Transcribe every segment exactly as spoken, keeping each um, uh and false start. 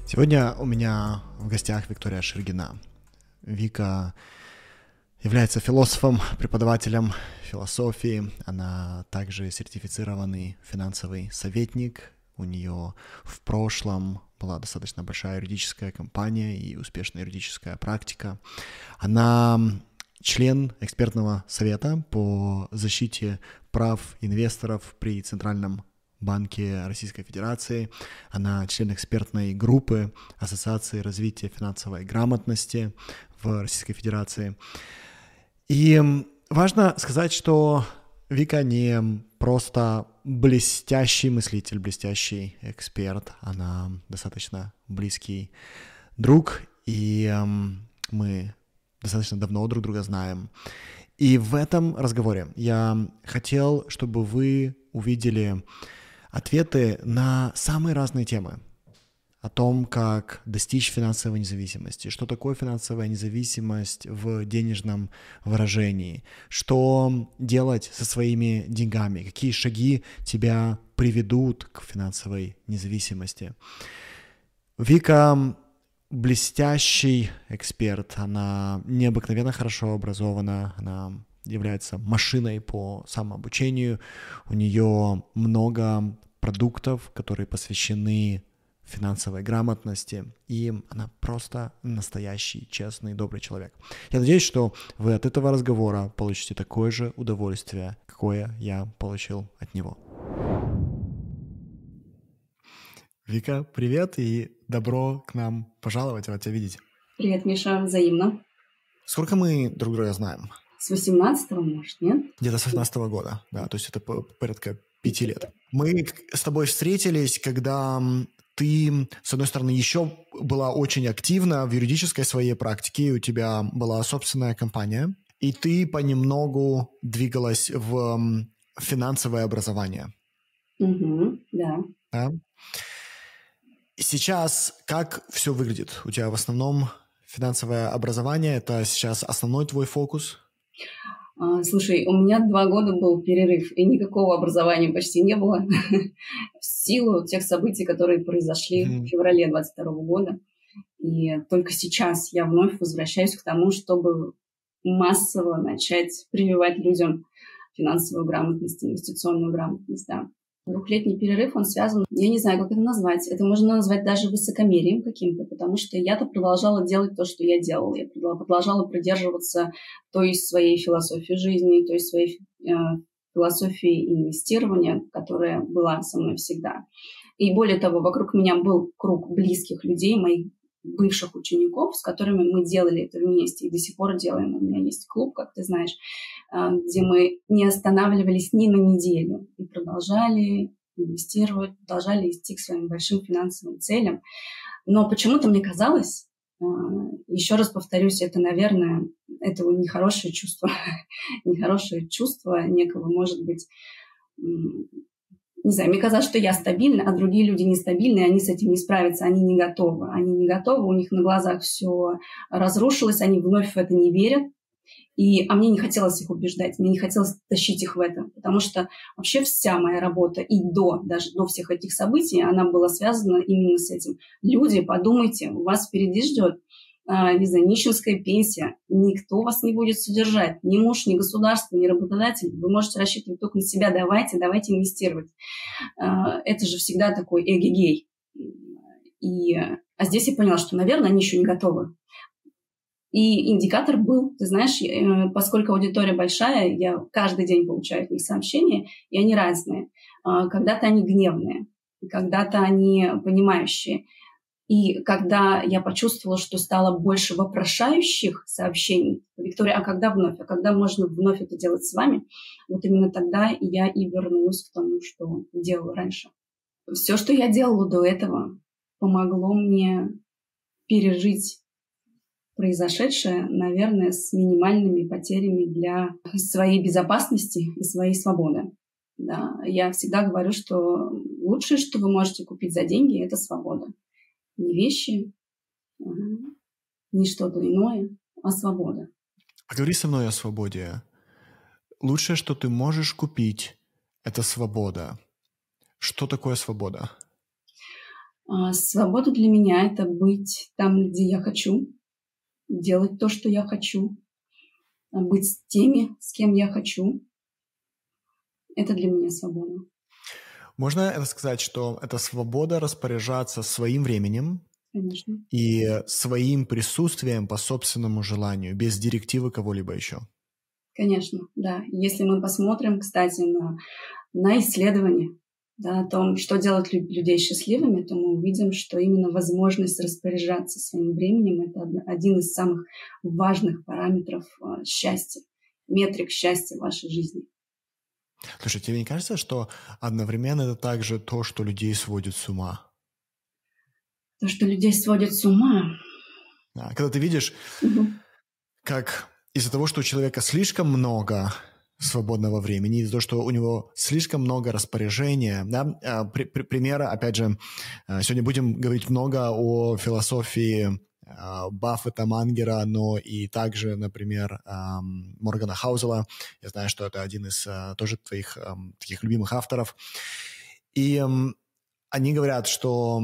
Сегодня у меня в гостях Виктория Шергина. Вика является философом, преподавателем философии. Она также сертифицированный финансовый советник. У нее в прошлом была достаточно большая юридическая компания и успешная юридическая практика. Она член экспертного совета по защите прав инвесторов при Центральном банке Российской Федерации. Она член экспертной группы Ассоциации развития финансовой грамотности в Российской Федерации. И важно сказать, что Вика не просто блестящий мыслитель, блестящий эксперт. Она достаточно близкий друг, и мы достаточно давно друг друга знаем. И в этом разговоре я хотел, чтобы вы увидели ответы на самые разные темы. О том, как достичь финансовой независимости, что такое финансовая независимость в денежном выражении, что делать со своими деньгами, какие шаги тебя приведут к финансовой независимости. Вика блестящий эксперт, она необыкновенно хорошо образована, она является машиной по самообучению, у нее много продуктов, которые посвящены финансовой грамотности, и она просто настоящий, честный, добрый человек. Я надеюсь, что вы от этого разговора получите такое же удовольствие, какое я получил от него. Вика, привет и добро к нам пожаловать, рад тебя видеть. Привет, Миша, взаимно. Сколько мы друг друга знаем? С восемнадцатого, может, нет? Где-то с восемнадцатого года, да, то есть это порядка пяти лет. Мы с тобой встретились, когда ты, с одной стороны, еще была очень активна в юридической своей практике, у тебя была собственная компания, и ты понемногу двигалась в финансовое образование. Угу, да. Да? Сейчас как все выглядит? У тебя в основном финансовое образование, это сейчас основной твой фокус? А, слушай, у меня два года был перерыв, и никакого образования почти не было в силу тех событий, которые произошли mm-hmm. в феврале двадцать второго года. И только сейчас я вновь возвращаюсь к тому, чтобы массово начать прививать людям финансовую грамотность, инвестиционную грамотность, да. Двухлетний перерыв, он связан, я не знаю, как это назвать, это можно назвать даже высокомерием каким-то, потому что я-то продолжала делать то, что я делала, я продолжала придерживаться той своей философии жизни, той своей э, философии инвестирования, которая была со мной всегда. И более того, вокруг меня был круг близких людей, моих бывших учеников, с которыми мы делали это вместе и до сих пор делаем. У меня есть клуб, как ты знаешь, где мы не останавливались ни на неделю и продолжали инвестировать, продолжали идти к своим большим финансовым целям. Но почему-то мне казалось, еще раз повторюсь, это, наверное, это нехорошее чувство, нехорошее чувство некого, может быть, не знаю, мне казалось, что я стабильна, а другие люди нестабильны, и они с этим не справятся, они не готовы. Они не готовы, у них на глазах все разрушилось, они вновь в это не верят. И, а мне не хотелось их убеждать, мне не хотелось тащить их в это, потому что вообще вся моя работа и до, даже до всех этих событий, она была связана именно с этим. Люди, подумайте, у вас впереди ждет не знаю, нищенская пенсия, никто вас не будет содержать, ни муж, ни государство, ни работодатель, вы можете рассчитывать только на себя, давайте, давайте инвестировать. Это же всегда такой эгегей. И, а здесь я поняла, что, наверное, они еще не готовы. И индикатор был, ты знаешь, поскольку аудитория большая, я каждый день получаю от них сообщения, и они разные. Когда-то они гневные, когда-то они понимающие. И когда я почувствовала, что стало больше вопрошающих сообщений, Виктория, а когда вновь? А когда можно вновь это делать с вами? Вот именно тогда я и вернулась к тому, что делала раньше. Все, что я делала до этого, помогло мне пережить произошедшее, наверное, с минимальными потерями для своей безопасности и своей свободы. Да, я всегда говорю, что лучшее, что вы можете купить за деньги, это свобода. Не вещи, не что-то иное, а свобода. Поговори со мной о свободе. Лучшее, что ты можешь купить, это свобода. Что такое свобода? А, свобода для меня — это быть там, где я хочу, делать то, что я хочу, а, быть с теми, с кем я хочу. Это для меня свобода. Можно это сказать, что это свобода распоряжаться своим временем, Конечно. и своим присутствием по собственному желанию, без директивы кого-либо еще? Конечно, да. Если мы посмотрим, кстати, на, на исследования, да, о том, что делает лю- людей счастливыми, то мы увидим, что именно возможность распоряжаться своим временем — это од- один из самых важных параметров а, счастья, метрик счастья в вашей жизни. Слушай, тебе не кажется, что одновременно это также то, что людей сводит с ума? То, что людей сводит с ума. Да, когда ты видишь, Мгм. как из-за того, что у человека слишком много свободного времени, из-за того, что у него слишком много распоряжения, да, а, при- при- примера, опять же, а, сегодня будем говорить много о философии а, Баффета, Мангера, но и также, например, ам, Моргана Хаузела. Я знаю, что это один из а, тоже твоих ам, таких любимых авторов. И ам, они говорят, что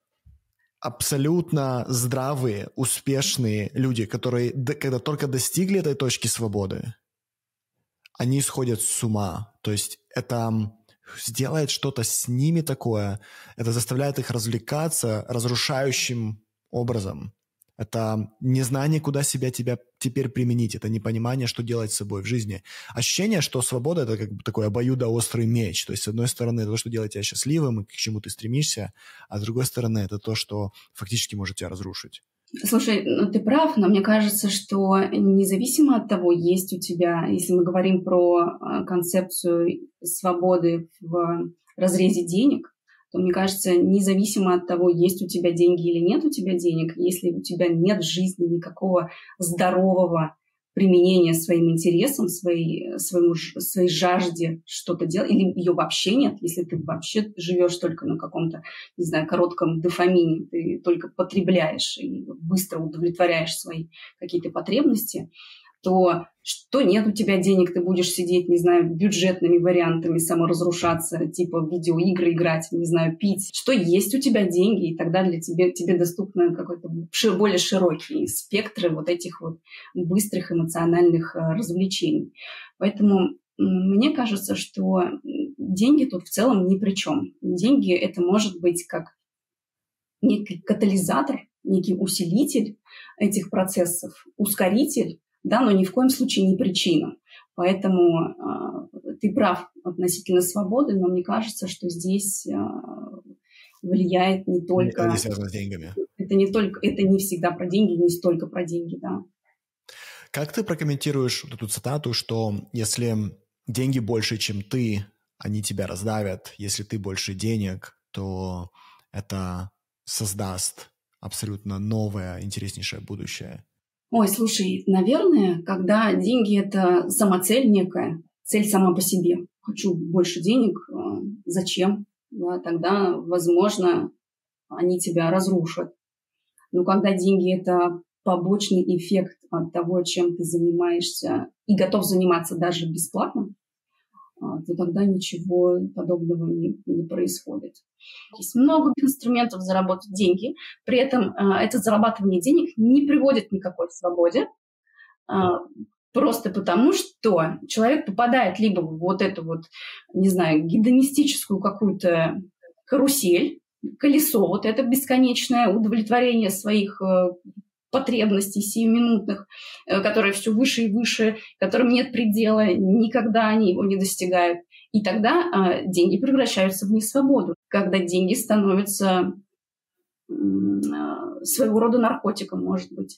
абсолютно здравые, успешные люди, которые, д- когда только достигли этой точки свободы, они сходят с ума. То есть это м, сделает что-то с ними такое, это заставляет их развлекаться разрушающим образом. Это незнание, куда себя тебя теперь применить, это непонимание, что делать с собой в жизни. Ощущение, что свобода – это как бы такой обоюдоострый меч. То есть, с одной стороны, это то, что делает тебя счастливым и к чему ты стремишься, а с другой стороны, это то, что фактически может тебя разрушить. Слушай, ну ты прав, но мне кажется, что независимо от того, есть у тебя, если мы говорим про а, концепцию свободы в разрезе денег, то мне кажется, независимо от того, есть у тебя деньги или нет у тебя денег, если у тебя нет в жизни никакого здорового применения своим интересам, своей, своему, ж- своей жажде что-то делать, или ее вообще нет, если ты вообще живешь только на каком-то, не знаю, коротком дофамине, ты только потребляешь и быстро удовлетворяешь свои какие-то потребности, то что нет у тебя денег, ты будешь сидеть, не знаю, бюджетными вариантами саморазрушаться, типа в видеоигры играть, не знаю, пить. Что есть у тебя деньги, и тогда для тебя, тебе доступны какой-то ши- более широкий спектр вот этих вот быстрых эмоциональных а, развлечений. Поэтому м, мне кажется, что м, деньги тут в целом ни при чем. Деньги — это может быть как некий катализатор, некий усилитель этих процессов, ускоритель, да, но ни в коем случае не причина. Поэтому э, ты прав относительно свободы, но мне кажется, что здесь э, влияет не Это не только, связано с деньгами. это не только, это не всегда про деньги, не столько про деньги, да. Как ты прокомментируешь вот эту цитату, что если деньги больше, чем ты, они тебя раздавят, если ты больше денег, то это создаст абсолютно новое, интереснейшее будущее? Ой, слушай, наверное, когда деньги — это самоцель некая, цель сама по себе. Хочу больше денег, э, зачем? Да, тогда, возможно, они тебя разрушат. Но когда деньги — это побочный эффект от того, чем ты занимаешься, и готов заниматься даже бесплатно, а, то тогда ничего подобного не, не происходит. Есть много инструментов заработать деньги, при этом а, это зарабатывание денег не приводит ни к какой свободе, а, просто потому, что человек попадает либо в вот эту вот, не знаю, гедонистическую какую-то карусель, колесо, вот это бесконечное удовлетворение своих э, потребностей сиюминутных, э, которые все выше и выше, которым нет предела, никогда они его не достигают. И тогда э, деньги превращаются в несвободу, когда деньги становятся м, э, своего рода наркотиком, может быть.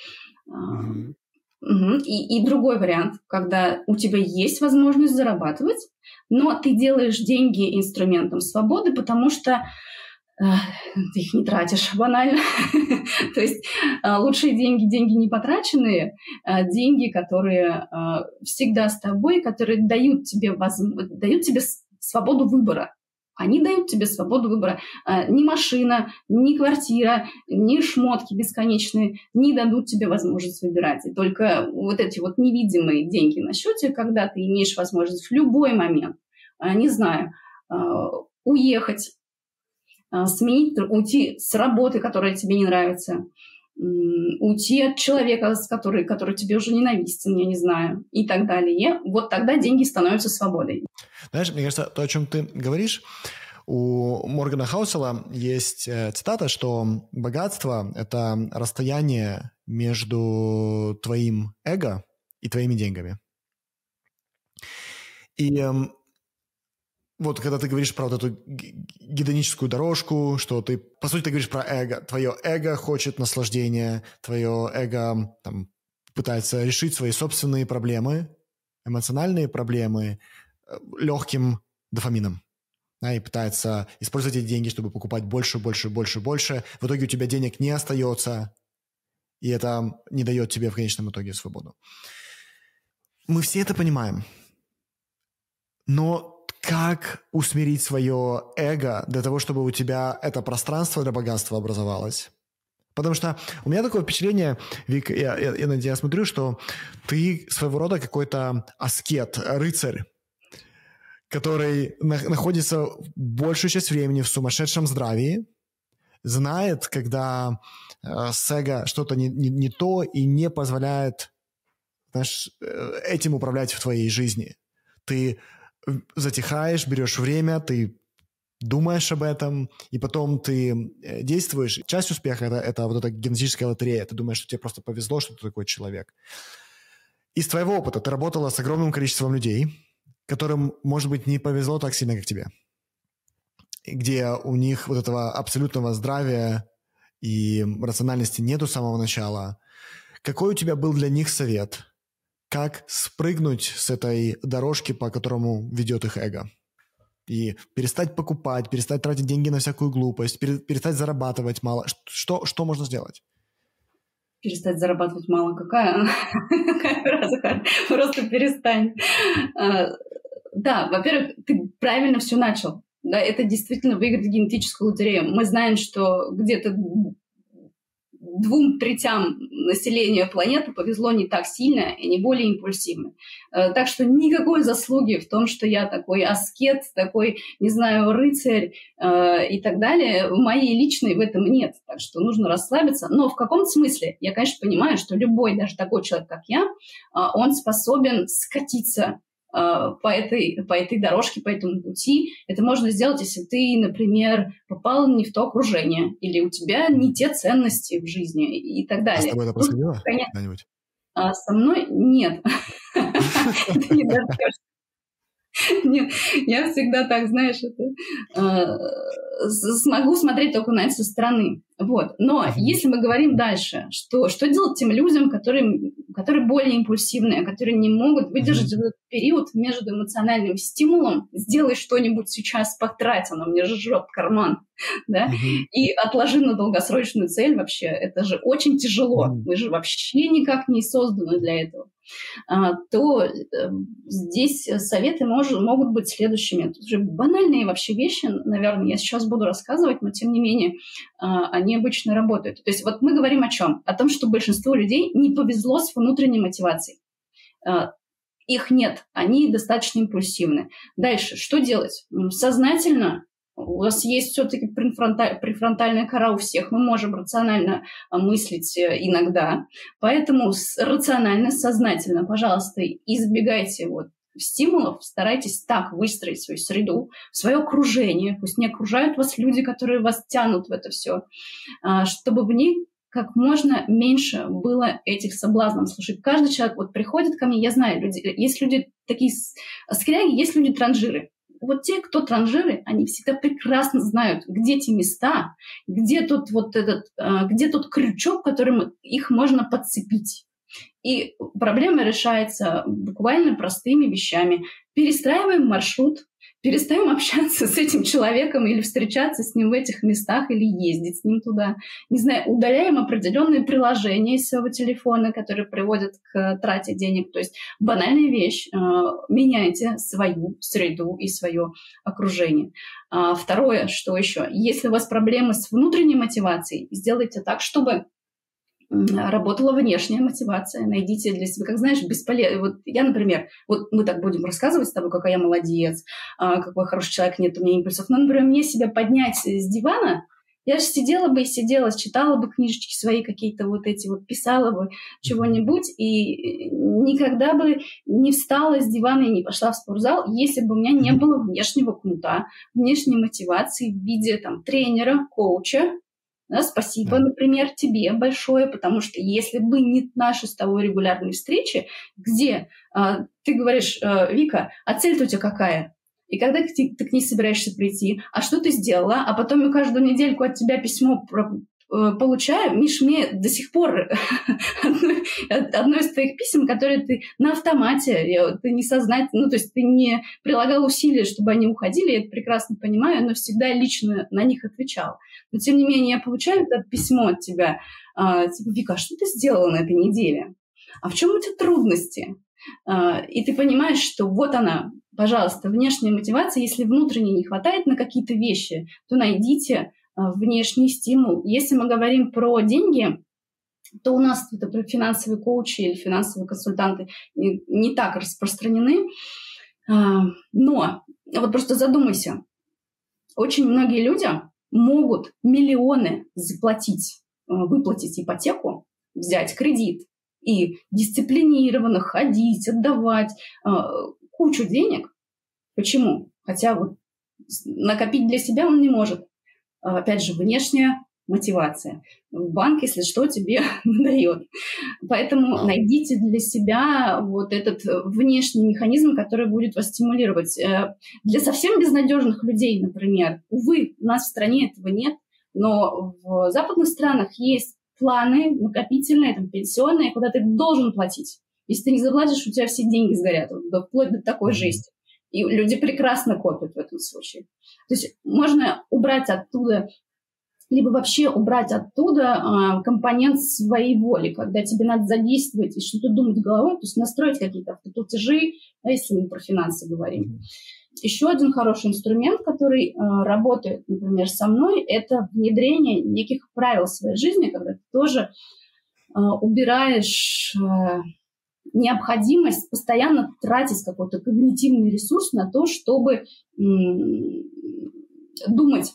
А, Мгм. Мгм. И, и другой вариант, когда у тебя есть возможность зарабатывать, но ты делаешь деньги инструментом свободы, потому что э, ты их не тратишь банально. То есть э, лучшие деньги — деньги не потраченные, а деньги, которые э, всегда с тобой, которые дают тебе, воз... дают тебе с- свободу выбора. Они дают тебе свободу выбора. Э, Ни машина, ни квартира, ни шмотки бесконечные не дадут тебе возможность выбирать. И только вот эти вот невидимые деньги на счете, когда ты имеешь возможность в любой момент, э, не знаю, э, уехать, сменить, уйти с работы, которая тебе не нравится, уйти от человека, с который, который тебе уже ненавистен, я не знаю, и так далее. Вот тогда деньги становятся свободой. Знаешь, мне кажется, то, о чем ты говоришь, у Моргана Хаусела есть цитата, что богатство – это расстояние между твоим эго и твоими деньгами. И вот когда ты говоришь про вот эту гедоническую дорожку, что ты, по сути, ты говоришь про эго. Твое эго хочет наслаждения, твое эго там, пытается решить свои собственные проблемы, эмоциональные проблемы легким дофамином. Да, и пытается использовать эти деньги, чтобы покупать больше, больше, больше, больше. В итоге у тебя денег не остается, и это не дает тебе в конечном итоге свободу. Мы все это понимаем. Но как усмирить свое эго для того, чтобы у тебя это пространство для богатства образовалось? Потому что у меня такое впечатление, Вик, я, я, я на тебя смотрю, что ты своего рода какой-то аскет, рыцарь, который на, находится большую часть времени в сумасшедшем здравии, знает, когда э, с эго что-то не, не, не то и не позволяет, знаешь, этим управлять в твоей жизни. Ты затихаешь, берешь время, ты думаешь об этом, и потом ты действуешь. Часть успеха это, – это вот эта генетическая лотерея. Ты думаешь, что тебе просто повезло, что ты такой человек. Из твоего опыта ты работала с огромным количеством людей, которым, может быть, не повезло так сильно, как тебе. Где у них вот этого абсолютного здравия и рациональности нету с самого начала. Какой у тебя был для них совет? Как спрыгнуть с этой дорожки, по которому ведет их эго? И перестать покупать, перестать тратить деньги на всякую глупость, перестать зарабатывать мало. Что, что можно сделать? Перестать зарабатывать мало. Какая? Какая фраза? Просто перестань. Да, во-первых, ты правильно все начал. Да, это действительно выиграть генетическую лотерею. Мы знаем, что где-то двум третям населения планеты повезло не так сильно и не более импульсивно. Так что никакой заслуги в том, что я такой аскет, такой, не знаю, рыцарь и так далее, моей личной в этом нет. Так что нужно расслабиться. Но в каком-то смысле я, конечно, понимаю, что любой, даже такой человек, как я, он способен скатиться по этой, по этой дорожке, по этому пути. Это можно сделать, если ты, например, попал не в то окружение, или у тебя не те ценности в жизни и так далее. А с тобой это происходило когда-нибудь? А со мной нет. Это не дождешься. Нет, я всегда так, знаешь, это, э, смогу смотреть только на это со стороны. Вот. Но uh-huh. если мы говорим дальше, что, что делать тем людям, которые, которые более импульсивные, которые не могут выдержать uh-huh. этот период между эмоциональным стимулом, сделай что-нибудь сейчас, потрать, оно мне жжет карман, да, uh-huh. и отложи на долгосрочную цель вообще, это же очень тяжело, uh-huh. мы же вообще никак не созданы для этого. То э, здесь советы мож, могут быть следующими. Тут же банальные вообще вещи, наверное, я сейчас буду рассказывать, но тем не менее э, они обычно работают. То есть вот мы говорим о чем? О том, что большинству людей не повезло с внутренней мотивацией. Э, их нет, они достаточно импульсивны. Дальше, что делать? Сознательно. У нас есть все-таки префронтальная кора у всех. Мы можем рационально мыслить иногда. Поэтому рационально, сознательно, пожалуйста, избегайте вот стимулов. Старайтесь так выстроить свою среду, свое окружение. Пусть не окружают вас люди, которые вас тянут в это все. Чтобы в них как можно меньше было этих соблазнов. Слушай, каждый человек вот приходит ко мне, я знаю, люди, есть люди такие скряги, есть люди транжиры. Вот те, кто транжиры, они всегда прекрасно знают, где те места, где тут вот этот, где тот крючок, которым их можно подцепить. И проблема решается буквально простыми вещами. Перестраиваем маршрут, перестаем общаться с этим человеком или встречаться с ним в этих местах, или ездить с ним туда. Не знаю, удаляем определенные приложения из своего телефона, которые приводят к трате денег. То есть банальная вещь. Меняйте свою среду и свое окружение. Второе, что еще? Если у вас проблемы с внутренней мотивацией, сделайте так, чтобы работала внешняя мотивация. Найдите для себя, как знаешь, бесполезно. Вот я, например, вот мы так будем рассказывать с тобой, какая я молодец, какой хороший человек, нет у меня импульсов. Но, например, мне себя поднять с дивана, я же сидела бы и сидела, читала бы книжечки свои какие-то вот эти вот, писала бы чего-нибудь, и никогда бы не встала с дивана и не пошла в спортзал, если бы у меня не было внешнего кнута, внешней мотивации в виде там тренера, коуча. Да, спасибо, да. Например, тебе большое, потому что если бы не наши с тобой регулярные встречи, где а, ты говоришь, а, Вика, а цель-то у тебя какая? И когда ты, ты к ней собираешься прийти, а что ты сделала? А потом я каждую недельку от тебя письмо про, э, получаю. Миш, мне до сих пор одно, одно из твоих писем, которые ты на автомате, ты не сознательно, ну, то есть ты не прилагал усилия, чтобы они уходили, я это прекрасно понимаю, но всегда лично на них отвечал. Но, тем не менее, я получаю это письмо от тебя, э, типа, Вика, а что ты сделала на этой неделе? А в чем у тебя трудности? Э, и ты понимаешь, что вот она, пожалуйста, внешняя мотивация. Если внутренней не хватает на какие-то вещи, то найдите э, внешний стимул. Если мы говорим про деньги, то у нас это финансовые коучи или финансовые консультанты не, не так распространены. Э, но вот просто задумайся. Очень многие люди могут миллионы заплатить, выплатить ипотеку, взять кредит и дисциплинированно ходить, отдавать э, кучу денег. Почему? Хотя вот накопить для себя он не может. Опять же, внешняя мотивация. Банк, если что, тебе дает. Поэтому найдите для себя вот этот внешний механизм, который будет вас стимулировать. Для совсем безнадежных людей, например, увы, у нас в стране этого нет, но в западных странах есть планы накопительные, там, пенсионные, куда ты должен платить. Если ты не заплатишь, у тебя все деньги сгорят, вплоть до такой жести. И люди прекрасно копят в этом случае. То есть можно убрать оттуда, либо вообще убрать оттуда а, компонент своей воли, когда тебе надо задействовать и что-то думать головой, то есть настроить какие-то автоплатежи, да, если мы про финансы говорим. Еще один хороший инструмент, который а, работает, например, со мной, это внедрение неких правил в своей жизни, когда ты тоже а, убираешь а, необходимость постоянно тратить какой-то когнитивный ресурс на то, чтобы м- думать,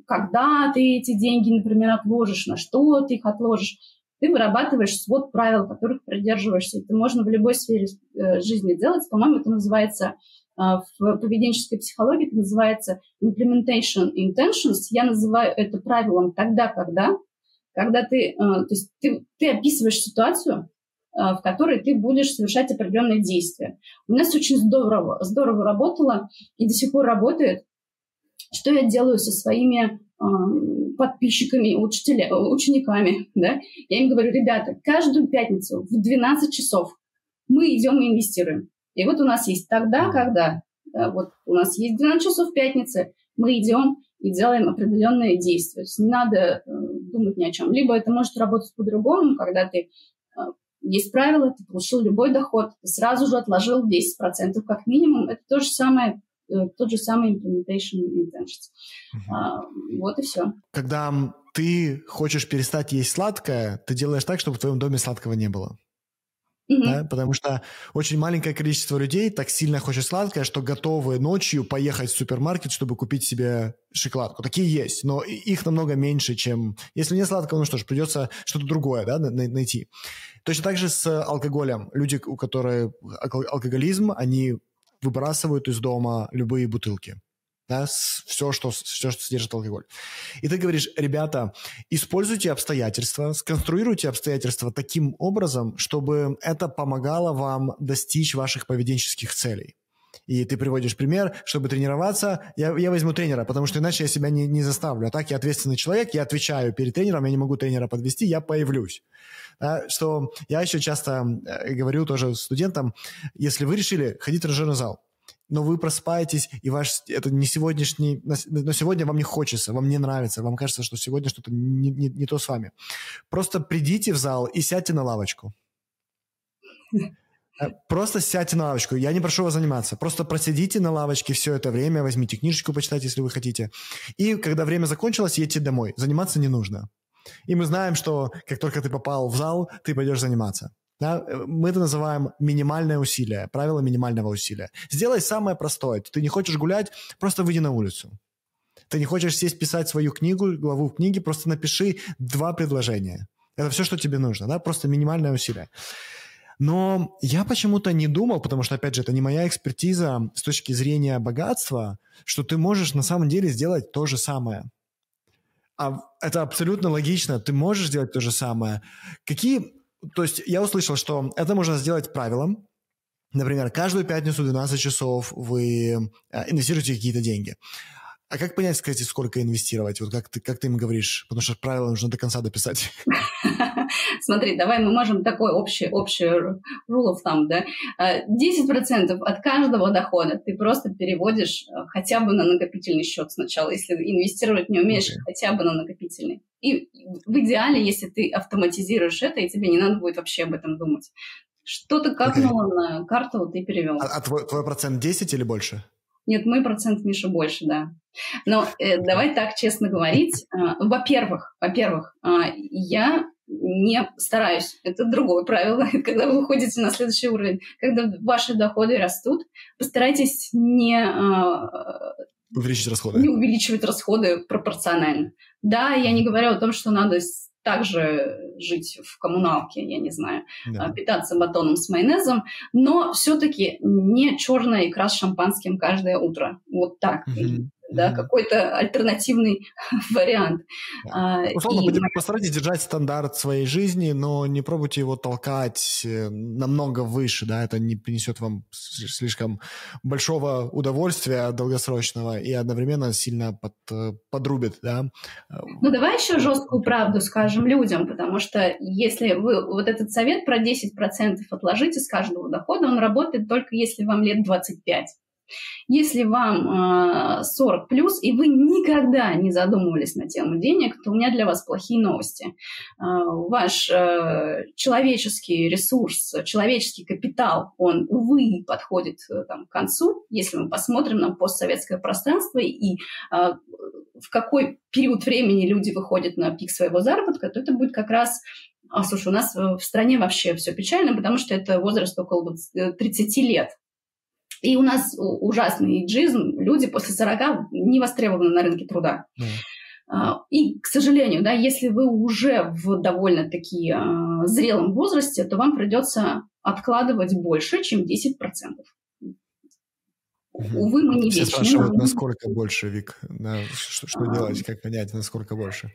когда ты эти деньги, например, отложишь, на что ты их отложишь. Ты вырабатываешь свод правил, которых придерживаешься. Это можно в любой сфере э, жизни делать. По-моему, это называется э, в поведенческой психологии, это называется implementation intentions. Я называю это правилом тогда, когда, когда ты, э, то есть ты, ты описываешь ситуацию, э, в которой ты будешь совершать определенные действия. У нас очень здорово, здорово работало и до сих пор работает. Что я делаю со своими э, подписчиками, учителя, учениками, да? Я им говорю, ребята, каждую пятницу в двенадцать часов мы идем и инвестируем. И вот у нас есть тогда, когда, да, вот у нас есть двенадцать часов в пятнице, мы идем и делаем определенные действия. То есть не надо э, думать ни о чем. Либо это может работать по-другому, когда ты, э, есть правило, ты получил любой доход, ты сразу же отложил десять процентов как минимум. Это то же самое, тот же самый implementation intentions. Uh-huh. А, вот и все. Когда ты хочешь перестать есть сладкое, ты делаешь так, чтобы в твоем доме сладкого не было. Uh-huh. Да? Потому что очень маленькое количество людей так сильно хочет сладкое, что готовы ночью поехать в супермаркет, чтобы купить себе шоколадку. Такие есть, но их намного меньше, чем... Если не сладкого, ну что ж, придется что-то другое, да, найти. Точно так же с алкоголем. Люди, у которых алкоголизм, они выбрасывают из дома любые бутылки, да, все что, все, что содержит алкоголь. И ты говоришь, ребята, используйте обстоятельства, сконструируйте обстоятельства таким образом, чтобы это помогало вам достичь ваших поведенческих целей. И ты приводишь пример, чтобы тренироваться, я, я возьму тренера, потому что иначе я себя не, не заставлю. А так я ответственный человек, я отвечаю перед тренером, я не могу тренера подвести, я появлюсь. Да, что я еще часто говорю тоже студентам, если вы решили ходить в тренажерный зал, но вы просыпаетесь, и ваш, это не сегодняшний, но сегодня вам не хочется, вам не нравится, вам кажется, что сегодня что-то не, не, не то с вами. Просто придите в зал и сядьте на лавочку. Просто сядьте на лавочку. Я не прошу вас заниматься. Просто просидите на лавочке все это время, возьмите книжечку, почитайте, если вы хотите. И когда время закончилось, едьте домой. Заниматься не нужно. и мы знаем, что как только ты попал в зал, ты пойдешь заниматься. Да? Мы это называем минимальное усилие, правило минимального усилия. Сделай самое простое. Ты не хочешь гулять, просто выйди на улицу. Ты не хочешь сесть писать свою книгу, главу книги, просто напиши два предложения. Это все, что тебе нужно, да, просто минимальное усилие. Но я почему-то не думал, потому что, опять же, это не моя экспертиза с точки зрения богатства, что ты можешь на самом деле сделать то же самое. А это абсолютно логично, ты можешь сделать то же самое. Какие... То есть я услышал, что это можно сделать правилом. Например, каждую пятницу в двенадцать часов вы инвестируете какие-то деньги. А как понять, кстати, сколько инвестировать? Вот как ты, как ты им говоришь? Потому что правила нужно до конца дописать. Смотри, давай мы можем такой общий, общий rule of thumb, да? десять процентов от каждого дохода ты просто переводишь хотя бы на накопительный счет сначала, если инвестировать не умеешь, okay. хотя бы на накопительный. И в идеале, если ты автоматизируешь это, и тебе не надо будет вообще об этом думать. Что-то капнуло okay. на карту, ты перевел. А, а твой, твой процент десять или больше? Нет, мой процент, Миша, больше, да. Но э, давай так честно говорить. Э, во-первых, во-первых, э, я не стараюсь. Это другое правило. Когда вы выходите на следующий уровень, когда ваши доходы растут, постарайтесь не, э, увеличить расходы. не увеличивать расходы пропорционально. Да, я не говорю о том, что надо также жить в коммуналке, я не знаю, да. питаться батоном с майонезом, но все-таки не черная икра с шампанским каждое утро. Вот так. Mm-hmm. Да, mm-hmm. какой-то альтернативный вариант. Yeah. А, Условно, и... постарайтесь держать стандарт своей жизни, но не пробуйте его толкать намного выше, да, это не принесет вам слишком большого удовольствия долгосрочного и одновременно сильно под, подрубит, да. Ну, давай еще жесткую правду скажем людям, потому что если вы вот этот совет про десять процентов отложите с каждого дохода, он работает только если вам лет двадцать пять. Если вам э, сорок плюс, и вы никогда не задумывались на тему денег, то у меня для вас плохие новости. Э, ваш э, человеческий ресурс, человеческий капитал, он, увы, подходит э, там, к концу. Если мы посмотрим на постсоветское пространство и э, в какой период времени люди выходят на пик своего заработка, то это будет как раз... А, слушай, у нас в стране вообще все печально, потому что это возраст около тридцати лет. И у нас ужасный эйджизм, люди после сорока не востребованы на рынке труда. Mm. И, к сожалению, да, если вы уже в довольно-таки uh, зрелом возрасте, то вам придется откладывать больше, чем десять процентов. Mm-hmm. Увы, мы не Все вечны. Спрашивают, насколько больше, Вик? Да, что что uh. делать, как понять, насколько больше?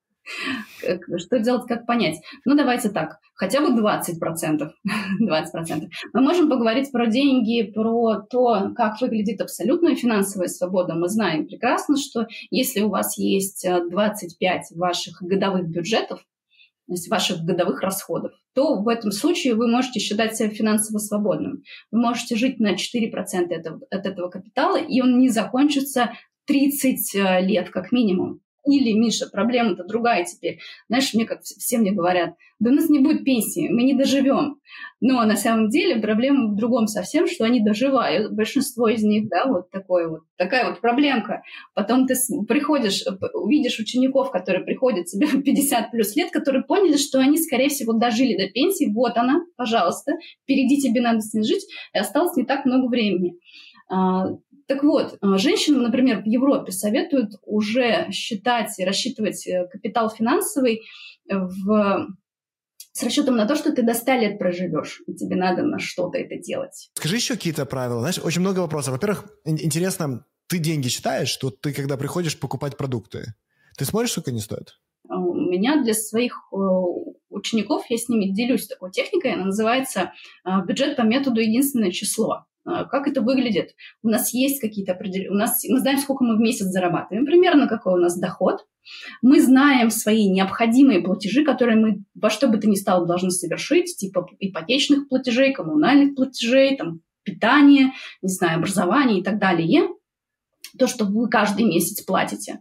Что делать, как понять? Ну, давайте так, хотя бы двадцать процентов. двадцать процентов. Мы можем поговорить про деньги, про то, как выглядит абсолютная финансовая свобода. Мы знаем прекрасно, что если у вас есть двадцать пять ваших годовых бюджетов, то есть ваших годовых расходов, то в этом случае вы можете считать себя финансово свободным. Вы можете жить на четыре процента этого, от этого капитала, и он не закончится тридцать лет как минимум. Или, Миша, проблема-то другая теперь. Знаешь, мне как все мне говорят, да у нас не будет пенсии, мы не доживем. Но на самом деле проблема в другом совсем, что они доживают. Большинство из них, да, вот, такое вот такая вот проблемка. Потом ты приходишь, увидишь учеников, которые приходят тебе в пятьдесят плюс лет, которые поняли, что они, скорее всего, дожили до пенсии. Вот она, пожалуйста, впереди тебе надо с ней жить, и осталось не так много времени. Так вот, женщинам, например, в Европе советуют уже считать и рассчитывать капитал финансовый в... с расчетом на то, что ты до ста лет проживешь, и тебе надо на что-то это делать. Скажи еще какие-то правила. Знаешь, очень много вопросов. Во-первых, интересно, ты деньги считаешь, что ты, когда приходишь покупать продукты, ты смотришь, сколько они стоят? У меня для своих учеников, я с ними делюсь такой техникой, она называется бюджет по методу единственное число. Как это выглядит? У нас есть какие-то определенные... У нас... Мы знаем, сколько мы в месяц зарабатываем, примерно какой у нас доход. Мы знаем свои необходимые платежи, которые мы во что бы то ни стало должны совершить, типа ипотечных платежей, коммунальных платежей, там, питания, не знаю, образования и так далее. То, что вы каждый месяц платите.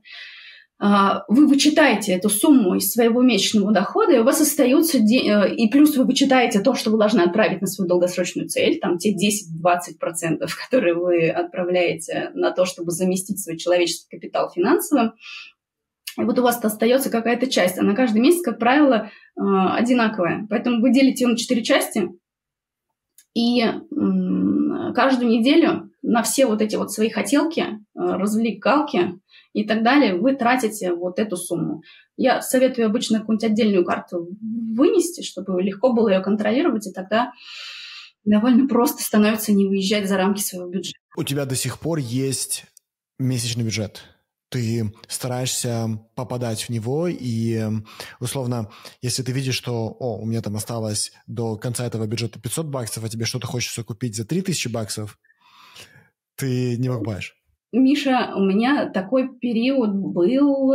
Вы вычитаете эту сумму из своего месячного дохода, и у вас остаются... Де... И плюс вы вычитаете то, что вы должны отправить на свою долгосрочную цель, там те десять-двадцать процентов, которые вы отправляете на то, чтобы заместить свой человеческий капитал финансовым. и вот у вас остается какая-то часть. Она каждый месяц, как правило, одинаковая. Поэтому вы делите ее на четыре части, и каждую неделю на все вот эти вот свои хотелки, развлекалки и так далее вы тратите вот эту сумму. Я советую обычно какую-нибудь отдельную карту вынести, чтобы легко было ее контролировать, и тогда довольно просто становится не выезжать за рамки своего бюджета. У тебя до сих пор есть месячный бюджет? Ты стараешься попадать в него, и, условно, если ты видишь, что, о, у меня там осталось до конца этого бюджета пятьсот баксов, а тебе что-то хочется купить за три тысячи баксов, ты не покупаешь. Миша, у меня такой период был,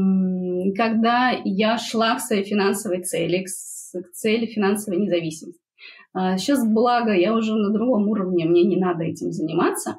когда я шла к своей финансовой цели, к цели финансовой независимости. Сейчас, благо, я уже на другом уровне, мне не надо этим заниматься,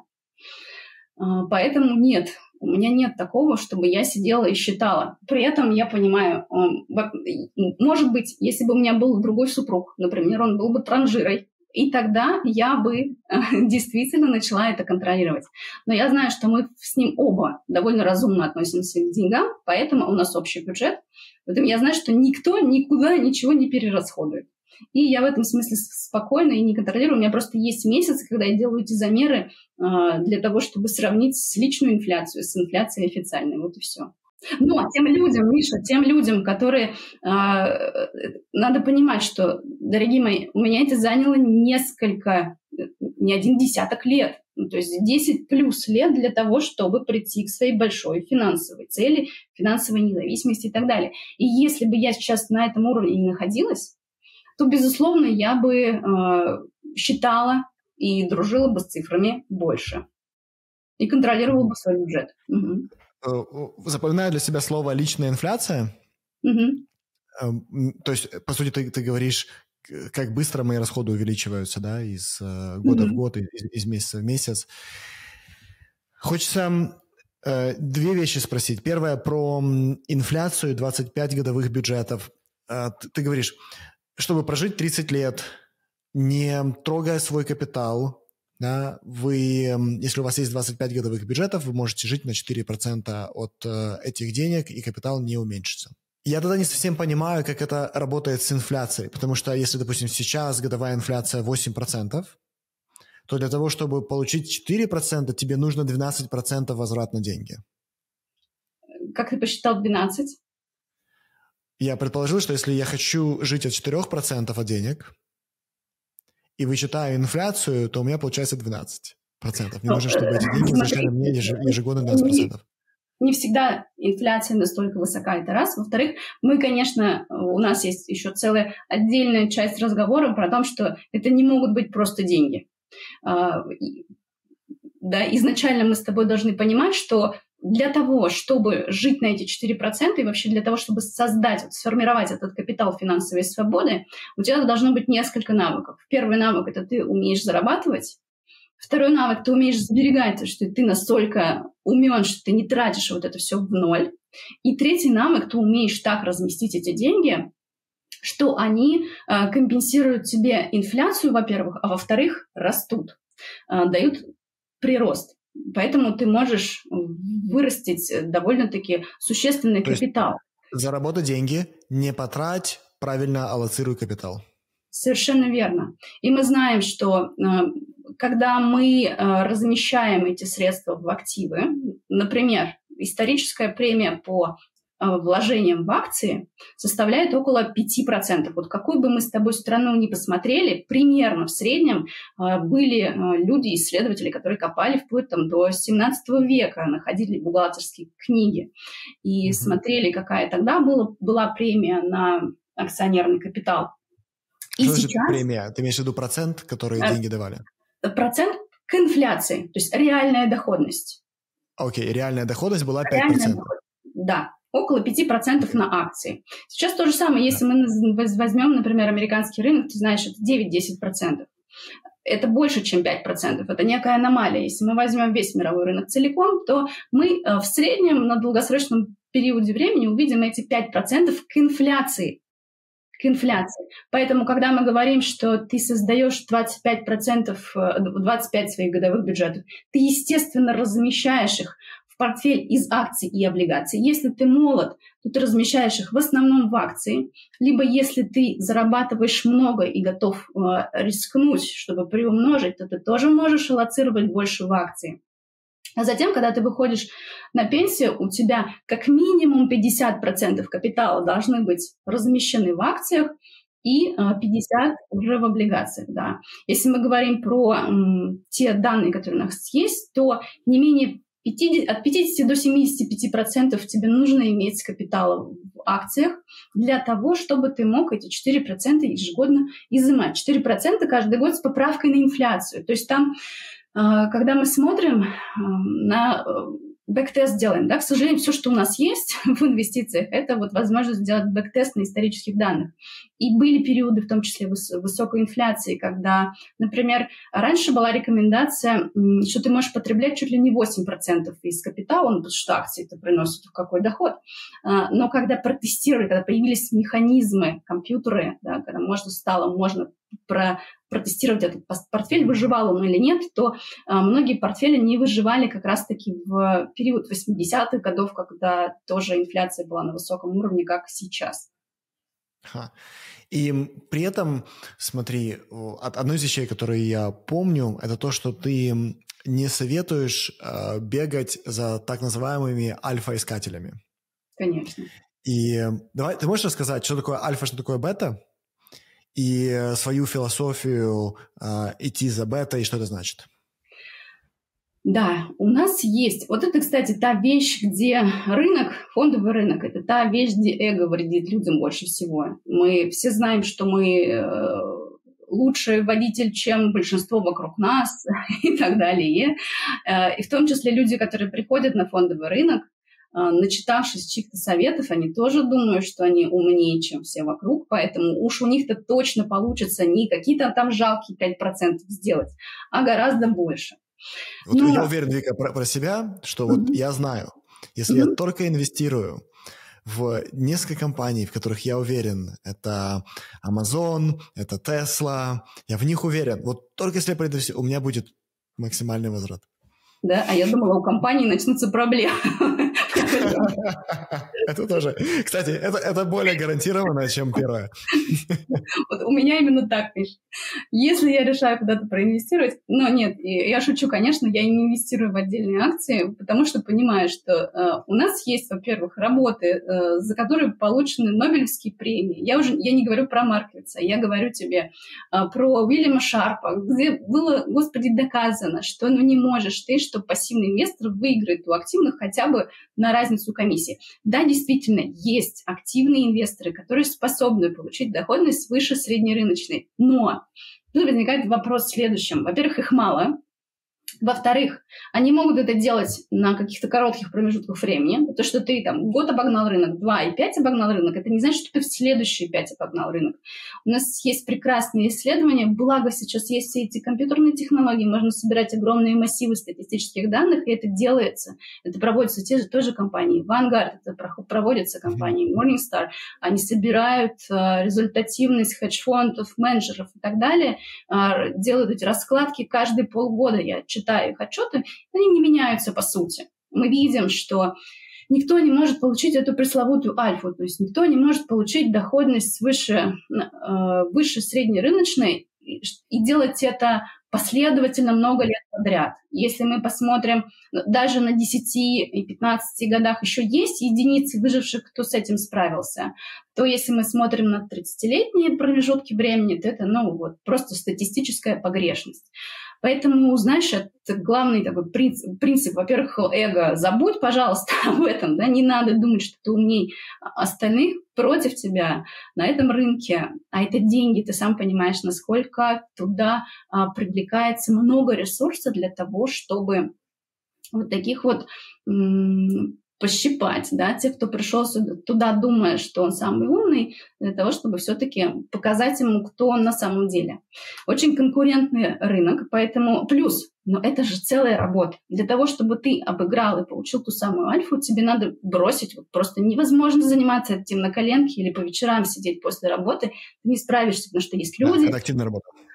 поэтому нет. У меня нет такого, чтобы я сидела и считала. При этом я понимаю, может быть, если бы у меня был другой супруг, например, он был бы транжирой, и тогда я бы действительно начала это контролировать. Но я знаю, что мы с ним оба довольно разумно относимся к деньгам, поэтому у нас общий бюджет. Поэтому я знаю, что никто никуда ничего не перерасходует. И я в этом смысле спокойна и не контролирую. У меня просто есть месяцы, когда я делаю эти замеры э, для того, чтобы сравнить с личную инфляцию, с инфляцией официальной. Вот и все. Но тем людям, Миша, тем людям, которые... Э, надо понимать, что, дорогие мои, у меня это заняло несколько, не один десяток лет. Ну, то есть десять плюс лет для того, чтобы прийти к своей большой финансовой цели, финансовой независимости и так далее. И если бы я сейчас на этом уровне не находилась, то, безусловно, я бы э, считала и дружила бы с цифрами больше. И контролировала бы свой бюджет. Угу. Запоминаю для себя слово «личная инфляция». Угу. То есть, по сути, ты, ты говоришь, как быстро мои расходы увеличиваются, да, из э, года угу. в год, из, из месяца в месяц. Хочется э, две вещи спросить. Первое про инфляцию, двадцать пять годовых бюджетов. Э, ты, ты говоришь... Чтобы прожить тридцать лет, не трогая свой капитал, да, вы, если у вас есть двадцать пять годовых бюджетов, вы можете жить на четыре процента от э, этих денег, и капитал не уменьшится. Я тогда не совсем понимаю, как это работает с инфляцией, потому что если, допустим, сейчас годовая инфляция восемь процентов, то для того, чтобы получить четыре процента, тебе нужно двенадцать процентов возврат на деньги. Как ты посчитал двенадцать? Я предположил, что если я хочу жить от четыре процента от денег и вычитаю инфляцию, то у меня получается двенадцать процентов. Мне нужно, чтобы эти деньги возвращали мне ежегодно двенадцать процентов. Не всегда инфляция настолько высока, это раз. Во-вторых, мы, конечно, у нас есть еще целая отдельная часть разговора про то, что это не могут быть просто деньги. Да, изначально мы с тобой должны понимать, что для того, чтобы жить на эти четыре процента и вообще для того, чтобы создать, вот, сформировать этот капитал финансовой свободы, у тебя должно быть несколько навыков. Первый навык – это ты умеешь зарабатывать. Второй навык – ты умеешь сберегать, что ты настолько умен, что ты не тратишь вот это все в ноль. И третий навык – ты умеешь так разместить эти деньги, что они э, компенсируют тебе инфляцию, во-первых, а во-вторых, растут, э, дают прирост. Поэтому ты можешь вырастить довольно-таки существенный То капитал. Заработай деньги, не потрать, правильно аллоцируй капитал. Совершенно верно. И мы знаем, что когда мы размещаем эти средства в активы, например, историческая премия по вложениям в акции составляет около пять процентов. Вот какую бы мы с тобой страну ни посмотрели, примерно в среднем были люди, исследователи, которые копали вплоть там, до семнадцатого века, находили бухгалтерские книги и mm-hmm. смотрели, какая тогда была, была премия на акционерный капитал. И Что сейчас... премия? Ты имеешь в виду процент, который а, деньги давали? Процент к инфляции, то есть реальная доходность. Окей, okay, реальная доходность была пять процентов. Да. Около пять процентов на акции. Сейчас то же самое, если мы возьмем, например, американский рынок, ты знаешь, это девять-десять процентов. Это больше, чем пять процентов. Это некая аномалия. Если мы возьмем весь мировой рынок целиком, то мы в среднем на долгосрочном периоде времени увидим эти пять процентов к инфляции. К инфляции. Поэтому, когда мы говорим, что ты создаешь двадцать пять процентов, двадцать пять своих годовых бюджетов, ты, естественно, размещаешь их в портфель из акций и облигаций. Если ты молод, то ты размещаешь их в основном в акции. Либо если ты зарабатываешь много и готов э, рискнуть, чтобы приумножить, то ты тоже можешь аллоцировать больше в акции. А затем, когда ты выходишь на пенсию, у тебя как минимум пятьдесят процентов капитала должны быть размещены в акциях и пятьдесят процентов уже в облигациях. Да. Если мы говорим про м, те данные, которые у нас есть, то не менее пятьдесят, от пятидесяти до семидесяти пяти процентов тебе нужно иметь капитала в акциях для того, чтобы ты мог эти четыре процента ежегодно изымать. четыре процента каждый год с поправкой на инфляцию. То есть там, когда мы смотрим на бэктест делаем, да, к сожалению, все, что у нас есть в инвестициях, это вот возможность сделать бэктест на исторических данных. И были периоды, в том числе выс- высокой инфляции, когда, например, раньше была рекомендация, что ты можешь потреблять чуть ли не восемь процентов из капитала, ну, потому что акции это приносит какой доход. Но когда протестировали, когда появились механизмы, компьютеры, да, когда можно стало, можно про протестировать этот портфель, выживал он или нет, то а, многие портфели не выживали как раз-таки в период восьмидесятых годов, когда тоже инфляция была на высоком уровне, как сейчас. Ха. И при этом, смотри, одной из вещей, которые я помню, это то, что ты не советуешь э, бегать за так называемыми альфа-искателями. Конечно. И давай, ты можешь рассказать, что такое альфа, что такое бета? И свою философию э, идти за бета, и что это значит? Да, у нас есть... Вот это, кстати, та вещь, где рынок, фондовый рынок, это та вещь, где эго вредит людям больше всего. Мы все знаем, что мы э, лучший водитель, чем большинство вокруг нас и так далее. Э, и в том числе люди, которые приходят на фондовый рынок, начитавшись чьих-то советов, они тоже думают, что они умнее, чем все вокруг, поэтому уж у них-то точно получится не какие-то там жалкие пять процентов сделать, а гораздо больше. Вот Но... Я уверен, Вика, про, про себя, что mm-hmm. вот я знаю, если mm-hmm. я только инвестирую в несколько компаний, в которых я уверен, это Amazon, это Tesla, я в них уверен, вот только если я проинвестирую, у меня будет максимальный возврат. Да, а я думала, у компании начнутся проблемы. Это тоже. Кстати, это, это более гарантированно, чем первое. Вот у меня именно так, видишь. Если я решаю куда-то проинвестировать, но нет, я шучу, конечно, я не инвестирую в отдельные акции, потому что понимаю, что э, у нас есть, во-первых, работы, э, за которые получены Нобелевские премии. Я уже я не говорю про Марковица, я говорю тебе э, про Уильяма Шарпа, где было, господи, доказано, что ну не можешь ты, что пассивный инвестор выиграет у активных хотя бы на разницу комиссии. Да, действительно, есть активные инвесторы, которые способны получить доходность выше среднерыночной. Но тут возникает вопрос в следующем. Во-первых, их мало. Во-вторых, они могут это делать на каких-то коротких промежутках времени. То, что ты там год обогнал рынок, два и пять обогнал рынок, это не значит, что ты в следующие пять обогнал рынок. У нас есть прекрасные исследования, благо сейчас есть все эти компьютерные технологии, можно собирать огромные массивы статистических данных, и это делается. Это проводится те же, той же компании Vanguard, это проводится компанией Morningstar. Они собирают э, результативность хедж-фондов, менеджеров и так далее, э, делают эти раскладки каждые полгода. Я читаю их отчеты, они не меняются по сути. Мы видим, что никто не может получить эту пресловутую альфу, то есть никто не может получить доходность выше, э, выше среднерыночной и, и делать это последовательно много лет подряд. Если мы посмотрим, даже на десяти и пятнадцати годах еще есть единицы выживших, кто с этим справился, то если мы смотрим на тридцатилетние промежутки времени, то это ну, вот, просто статистическая погрешность. Поэтому, знаешь, это главный такой принцип, принцип, во-первых, эго, забудь, пожалуйста, об этом, да, не надо думать, что ты умней остальных против тебя на этом рынке, а это деньги, ты сам понимаешь, насколько туда а, привлекается много ресурсов для того, чтобы вот таких вот м- пощипать, да, тех, кто пришел сюда, туда, думая, что он самый умный, для того, чтобы все-таки показать ему, кто он на самом деле. Очень конкурентный рынок, поэтому плюс, но это же целая работа. Для того, чтобы ты обыграл и получил ту самую альфу, тебе надо бросить, вот просто невозможно заниматься этим на коленке или по вечерам сидеть после работы, ты не справишься, потому что есть люди... Да, это активная работа.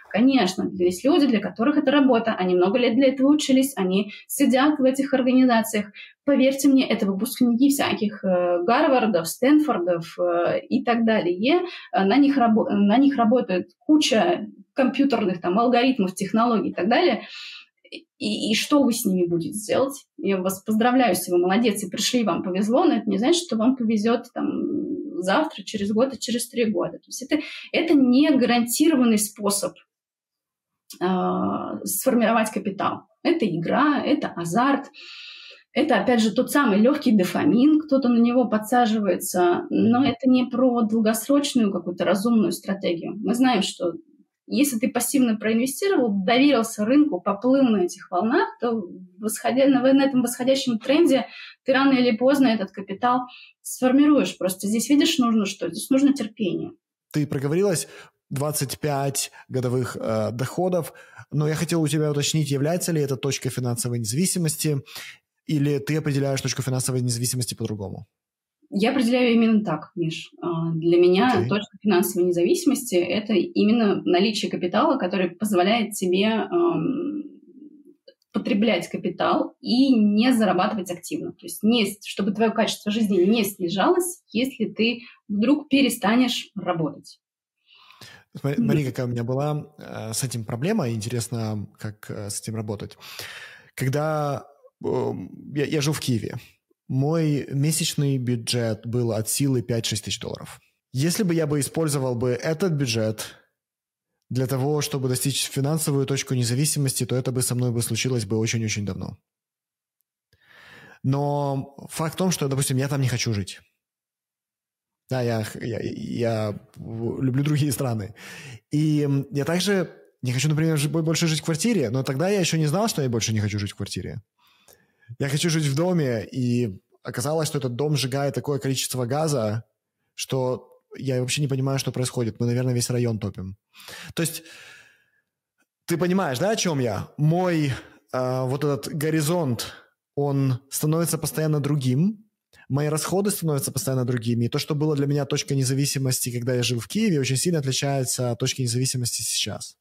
Конечно, есть люди, для которых это работа, они много лет для этого учились, они сидят в этих организациях. Поверьте мне, это выпускники всяких э, Гарвардов, Стэнфордов э, и так далее. На них, рабо- на них работает куча компьютерных там, алгоритмов, технологий и так далее. И, и что вы с ними будете делать? Я вас поздравляю, если вы молодец и пришли, вам повезло, но это не значит, что вам повезет там, завтра, через год и через три года. То есть это, это не гарантированный способ э, сформировать капитал. Это игра, это азарт. Это, опять же, тот самый легкий дофамин, кто-то на него подсаживается, но это не про долгосрочную какую-то разумную стратегию. Мы знаем, что если ты пассивно проинвестировал, доверился рынку, поплыл на этих волнах, то восходя, на, на этом восходящем тренде ты рано или поздно этот капитал сформируешь. Просто здесь, видишь, нужно что? Здесь нужно терпение. Ты проговорилась двадцать пять годовых э, доходов, но я хотел у тебя уточнить, является ли это точкой финансовой независимости, или ты определяешь точку финансовой независимости по-другому? Я определяю именно так, Миш. Для меня Okay. точка финансовой независимости – это именно наличие капитала, который позволяет тебе эм, потреблять капитал и не зарабатывать активно. То есть не, чтобы твое качество жизни не снижалось, если ты вдруг перестанешь работать. Смотри, смотри, какая у меня была э, с этим проблема. Интересно, как э, с этим работать. Когда э, я, я жил в Киеве, мой месячный бюджет был от силы пять-шесть тысяч долларов. Если бы я бы использовал бы этот бюджет для того, чтобы достичь финансовую точку независимости, то это бы со мной бы случилось бы очень-очень давно. Но факт в том, что, допустим, я там не хочу жить. Да, я, я, я люблю другие страны. И я также не хочу, например, больше жить в квартире, но тогда я еще не знал, что я больше не хочу жить в квартире. Я хочу жить в доме, и оказалось, что этот дом сжигает такое количество газа, что я вообще не понимаю, что происходит. Мы, наверное, весь район топим. То есть ты понимаешь, да, о чем я? Мой э, вот этот горизонт, он становится постоянно другим, мои расходы становятся постоянно другими, и то, что было для меня точкой независимости, когда я жил в Киеве, очень сильно отличается от точки независимости сейчас.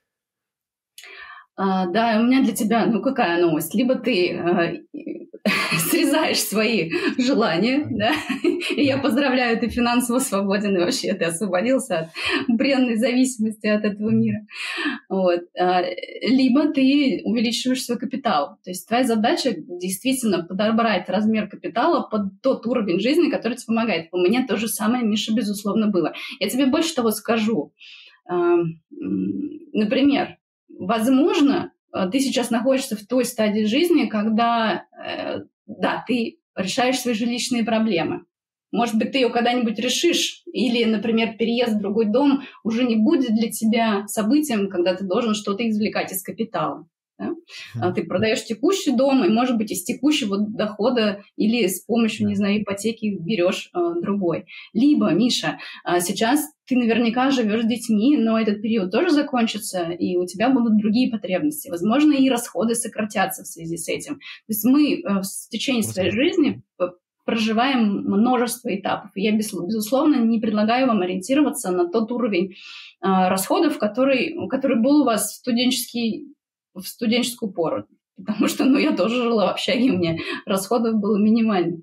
А, да, у меня для тебя, ну, какая новость? Либо ты э, срезаешь свои желания, да, и я поздравляю, ты финансово свободен, и вообще ты освободился от бренной зависимости от этого мира. Вот. А, либо ты увеличиваешь свой капитал. То есть твоя задача действительно подобрать размер капитала под тот уровень жизни, который тебе помогает. У меня то же самое, Миша, безусловно, было. Я тебе больше того скажу. А, например, возможно, ты сейчас находишься в той стадии жизни, когда, э, да, ты решаешь свои жилищные проблемы. Может быть, ты ее когда-нибудь решишь, или, например, переезд в другой дом уже не будет для тебя событием, когда ты должен что-то извлекать из капитала. Да? Mm-hmm. Ты продаешь текущий дом, и, может быть, из текущего дохода или с помощью, не знаю, ипотеки берешь э, другой. Либо, Миша, э, сейчас ты наверняка живешь с детьми, но этот период тоже закончится, и у тебя будут другие потребности. Возможно, и расходы сократятся в связи с этим. То есть мы э, в течение своей жизни проживаем множество этапов. И я, безусловно, не предлагаю вам ориентироваться на тот уровень э, расходов, который, который был у вас в студенческий в студенческую пору, потому что, ну, я тоже жила в общаге, у меня расходов было минимально.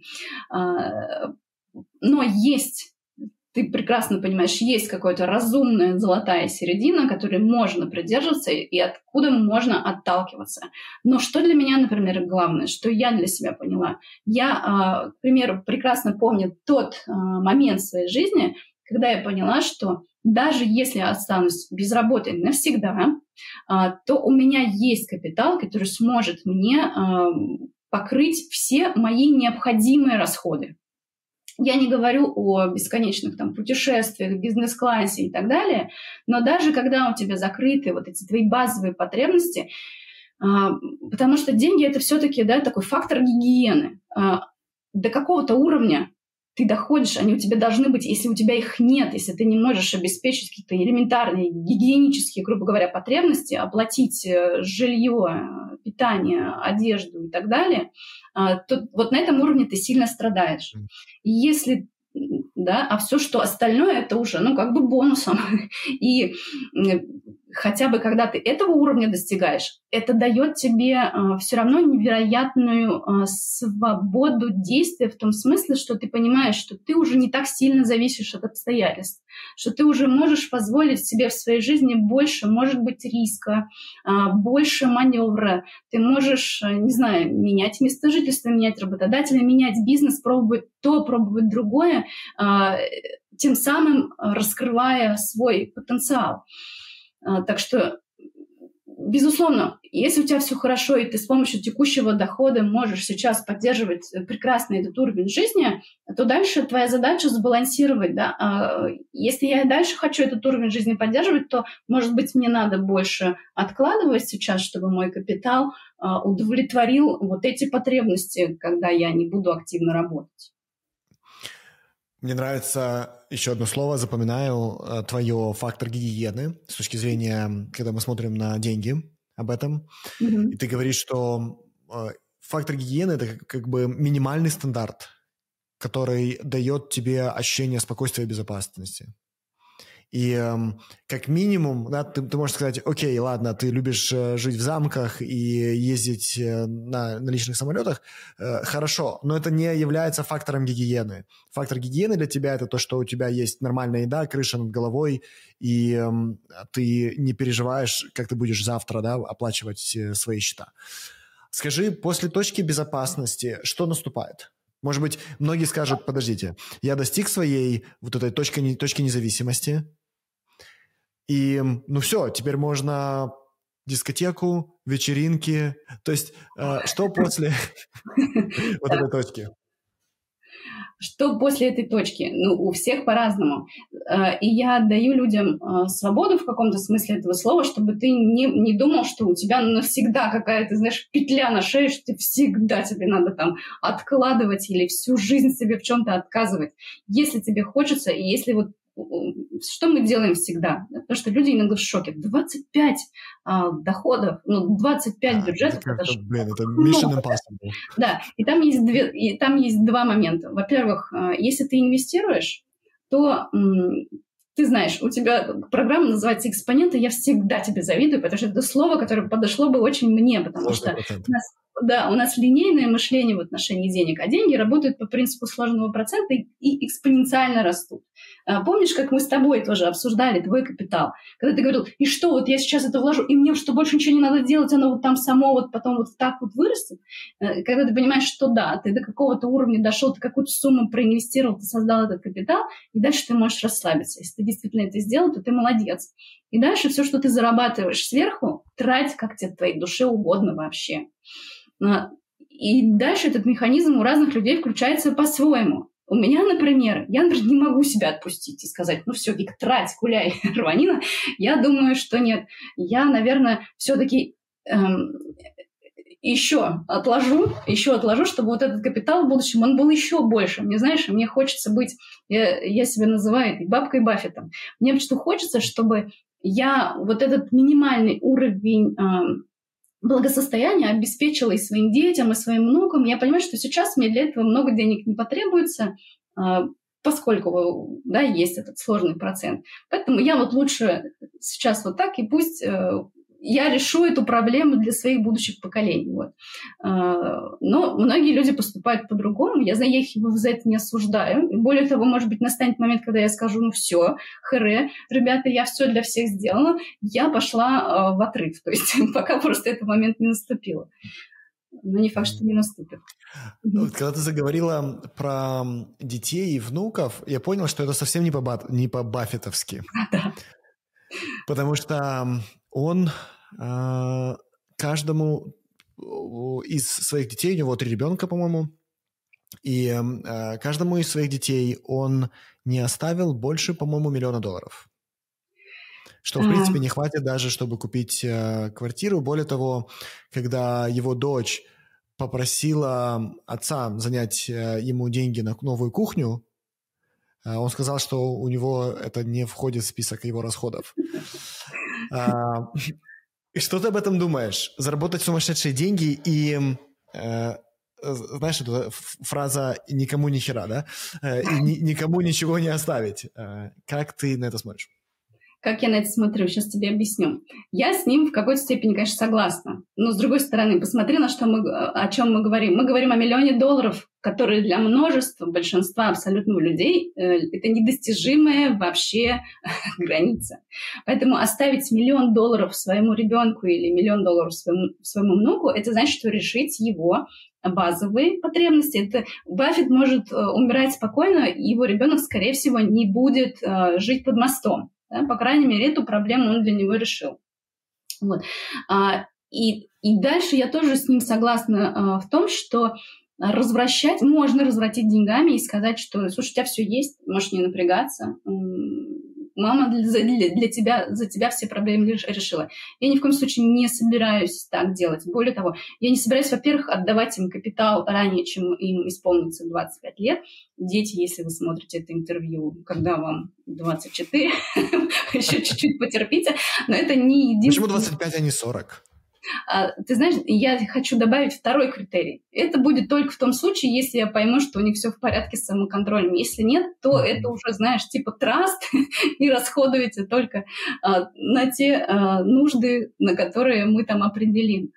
Но есть, ты прекрасно понимаешь, есть какая-то разумная золотая середина, которой можно придерживаться и откуда можно отталкиваться. Но что для меня, например, главное, что я для себя поняла? Я, к примеру, прекрасно помню тот момент в своей жизни, когда я поняла, что даже если я останусь без работы навсегда, то у меня есть капитал, который сможет мне покрыть все мои необходимые расходы. Я не говорю о бесконечных там, путешествиях, бизнес-классе и так далее, но даже когда у тебя закрыты вот эти твои базовые потребности, потому что деньги – это все-таки, да, такой фактор гигиены. До какого-то уровня ты доходишь, они у тебя должны быть, если у тебя их нет, если ты не можешь обеспечить какие-то элементарные гигиенические, грубо говоря, потребности, оплатить жилье, питание, одежду и так далее, то вот на этом уровне ты сильно страдаешь. И если, да, а все, что остальное, это уже, ну, как бы бонусом. И хотя бы когда ты этого уровня достигаешь, это дает тебе э, все равно невероятную э, свободу действия в том смысле, что ты понимаешь, что ты уже не так сильно зависишь от обстоятельств, что ты уже можешь позволить себе в своей жизни больше, может быть, риска, э, больше маневра. Ты можешь, э, не знаю, менять место жительства, менять работодателя, менять бизнес, пробовать то, пробовать другое, э, тем самым раскрывая свой потенциал. Так что, безусловно, если у тебя все хорошо, и ты с помощью текущего дохода можешь сейчас поддерживать прекрасно этот уровень жизни, то дальше твоя задача сбалансировать. Да? Если я дальше хочу этот уровень жизни поддерживать, то, может быть, мне надо больше откладывать сейчас, чтобы мой капитал удовлетворил вот эти потребности, когда я не буду активно работать. Мне нравится еще одно слово, запоминаю, твое фактор гигиены с точки зрения, когда мы смотрим на деньги об этом. Mm-hmm. И ты говоришь, что фактор гигиены – это как бы минимальный стандарт, который дает тебе ощущение спокойствия и безопасности. И э, как минимум, да, ты, ты можешь сказать, окей, ладно, ты любишь э, жить в замках и ездить э, на, на личных самолетах, э, хорошо, но это не является фактором гигиены. Фактор гигиены для тебя – это то, что у тебя есть нормальная еда, крыша над головой, и э, ты не переживаешь, как ты будешь завтра, да, оплачивать э, свои счета. Скажи, после точки безопасности что наступает? Может быть, многие скажут, подождите, я достиг своей вот этой точки, точки независимости, и, ну все, теперь можно дискотеку, вечеринки. То есть, э, что после вот этой точки? Что после этой точки? Ну, у всех по-разному. И я даю людям свободу в каком-то смысле этого слова, чтобы ты не, не думал, что у тебя навсегда какая-то, знаешь, петля на шее, что ты всегда тебе надо там откладывать или всю жизнь себе в чем-то отказывать. Если тебе хочется, и если вот что мы делаем всегда? Потому что люди иногда в шоке. двадцать пять а, доходов, ну, двадцать пять а, бюджетов. Это, это, блин, это mission impossible. Да, и там есть, две, и там есть два момента. Во-первых, если ты инвестируешь, то м, ты знаешь, у тебя программа называется «Экспоненты». Я всегда тебе завидую, потому что это слово, которое подошло бы очень мне, потому что у нас, да, у нас линейное мышление в отношении денег, а деньги работают по принципу сложного процента и, и экспоненциально растут. А, помнишь, как мы с тобой тоже обсуждали твой капитал? Когда ты говорил, и что, вот я сейчас это вложу, и мне что, больше ничего не надо делать, оно вот там само вот потом вот так вот вырастет? Когда ты понимаешь, что да, ты до какого-то уровня дошел, ты какую-то сумму проинвестировал, ты создал этот капитал, и дальше ты можешь расслабиться. Если ты действительно это сделал, то ты молодец. И дальше все, что ты зарабатываешь сверху, трать, как тебе твоей душе угодно вообще. И дальше этот механизм у разных людей включается по-своему. У меня, например, я, например, не могу себя отпустить и сказать, ну все, Вик, трать, гуляй, рванина. Я думаю, что нет. Я, наверное, все-таки эм, еще отложу, еще отложу, чтобы вот этот капитал в будущем, он был еще больше. Мне, знаешь, мне хочется быть, я, я себя называю этой бабкой Баффетом. Мне что хочется, чтобы я вот этот минимальный уровень эм, благосостояние обеспечила и своим детям, и своим внукам. Я понимаю, что сейчас мне для этого много денег не потребуется, поскольку, да, есть этот сложный процент. Поэтому я вот лучше сейчас вот так, и пусть я решу эту проблему для своих будущих поколений. Вот. Но многие люди поступают по-другому. Я за их за это не осуждаю. И более того, может быть, настанет момент, когда я скажу, ну все, хэре, ребята, я все для всех сделала, я пошла в отрыв. То есть пока просто этот момент не наступил. Но не факт, что не наступит. Вот, когда ты заговорила про детей и внуков, я понял, что это совсем не, по, не по-баффетовски. Да. Потому что он э, каждому из своих детей, у него три ребенка, по-моему, и э, каждому из своих детей он не оставил больше, по-моему, миллиона долларов. Что, в принципе, не хватит даже, чтобы купить э, квартиру. Более того, когда его дочь попросила отца занять э, ему деньги на новую кухню, э, он сказал, что у него это не входит в список его расходов. И что ты об этом думаешь? Заработать сумасшедшие деньги и, э, знаешь, эта фраза «никому ни хера», да? И ни, никому ничего не оставить. Как ты на это смотришь? Как я на это смотрю? Сейчас тебе объясню. Я с ним в какой-то степени, конечно, согласна. Но, с другой стороны, посмотри, на что мы, о чем мы говорим. Мы говорим о миллионе долларов, которые для множества, большинства абсолютно людей, это недостижимая вообще граница. Поэтому оставить миллион долларов своему ребенку или миллион долларов своему, своему внуку, это значит, что решить его базовые потребности. Это Баффет может умирать спокойно, и его ребенок, скорее всего, не будет жить под мостом. Да, по крайней мере, эту проблему он для него решил. Вот. А, и, и дальше я тоже с ним согласна а, в том, что развращать, можно развратить деньгами и сказать, что, слушай, у тебя все есть, можешь не напрягаться, мама для, для, для тебя, за тебя все проблемы решила. Я ни в коем случае не собираюсь так делать. Более того, я не собираюсь, во-первых, отдавать им капитал ранее, чем им исполнится двадцать пять лет. Дети, если вы смотрите это интервью, когда вам двадцать четыре, еще чуть-чуть потерпите, но это не единственное. Почему двадцать пять, а не сорок? Ты знаешь, я хочу добавить второй критерий. Это будет только в том случае, если я пойму, что у них все в порядке с самоконтролем. Если нет, то mm-hmm. это уже, знаешь, типа траст, и расходуете только а, на те а, нужды, на которые мы там определим.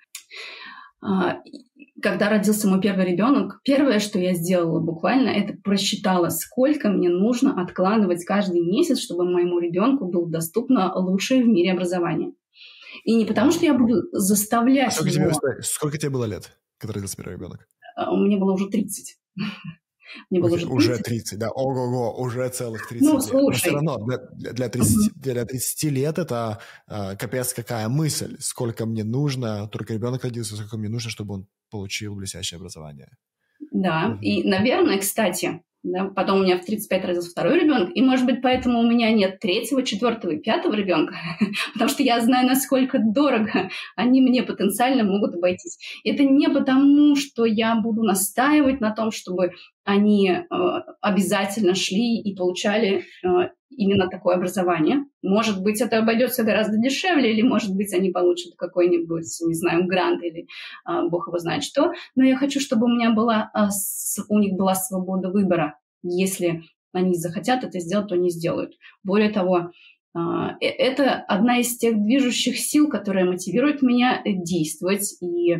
А, когда родился мой первый ребенок, первое, что я сделала буквально, это просчитала, сколько мне нужно откладывать каждый месяц, чтобы моему ребенку было доступно лучшее в мире образование. И не потому, что я буду заставлять а сколько его... Тебе, сколько тебе было лет, когда родился первый ребенок? У меня было уже тридцать. Мне было уже тридцать. Уже тридцать, да. Ого-го, уже целых тридцать ну, лет. Слушай. Но все равно для, для, тридцати, uh-huh. для тридцати лет это э, капец какая мысль. Сколько мне нужно, только ребенок родился, сколько мне нужно, чтобы он получил блестящее образование. Да, uh-huh. и, наверное, кстати... Да, потом у меня в тридцать пять родился второй ребенок, и, может быть, поэтому у меня нет третьего, четвертого и пятого ребенка, потому что я знаю, насколько дорого они мне потенциально могут обойтись. Это не потому, что я буду настаивать на том, чтобы они э, обязательно шли и получали э, именно такое образование. Может быть, это обойдется гораздо дешевле, или, может быть, они получат какой-нибудь, не знаю, грант или э, бог его знает что. Но я хочу, чтобы у меня была, э, с, у них была свобода выбора. Если они захотят это сделать, то они сделают. Более того, э, это одна из тех движущих сил, которая мотивирует меня действовать. И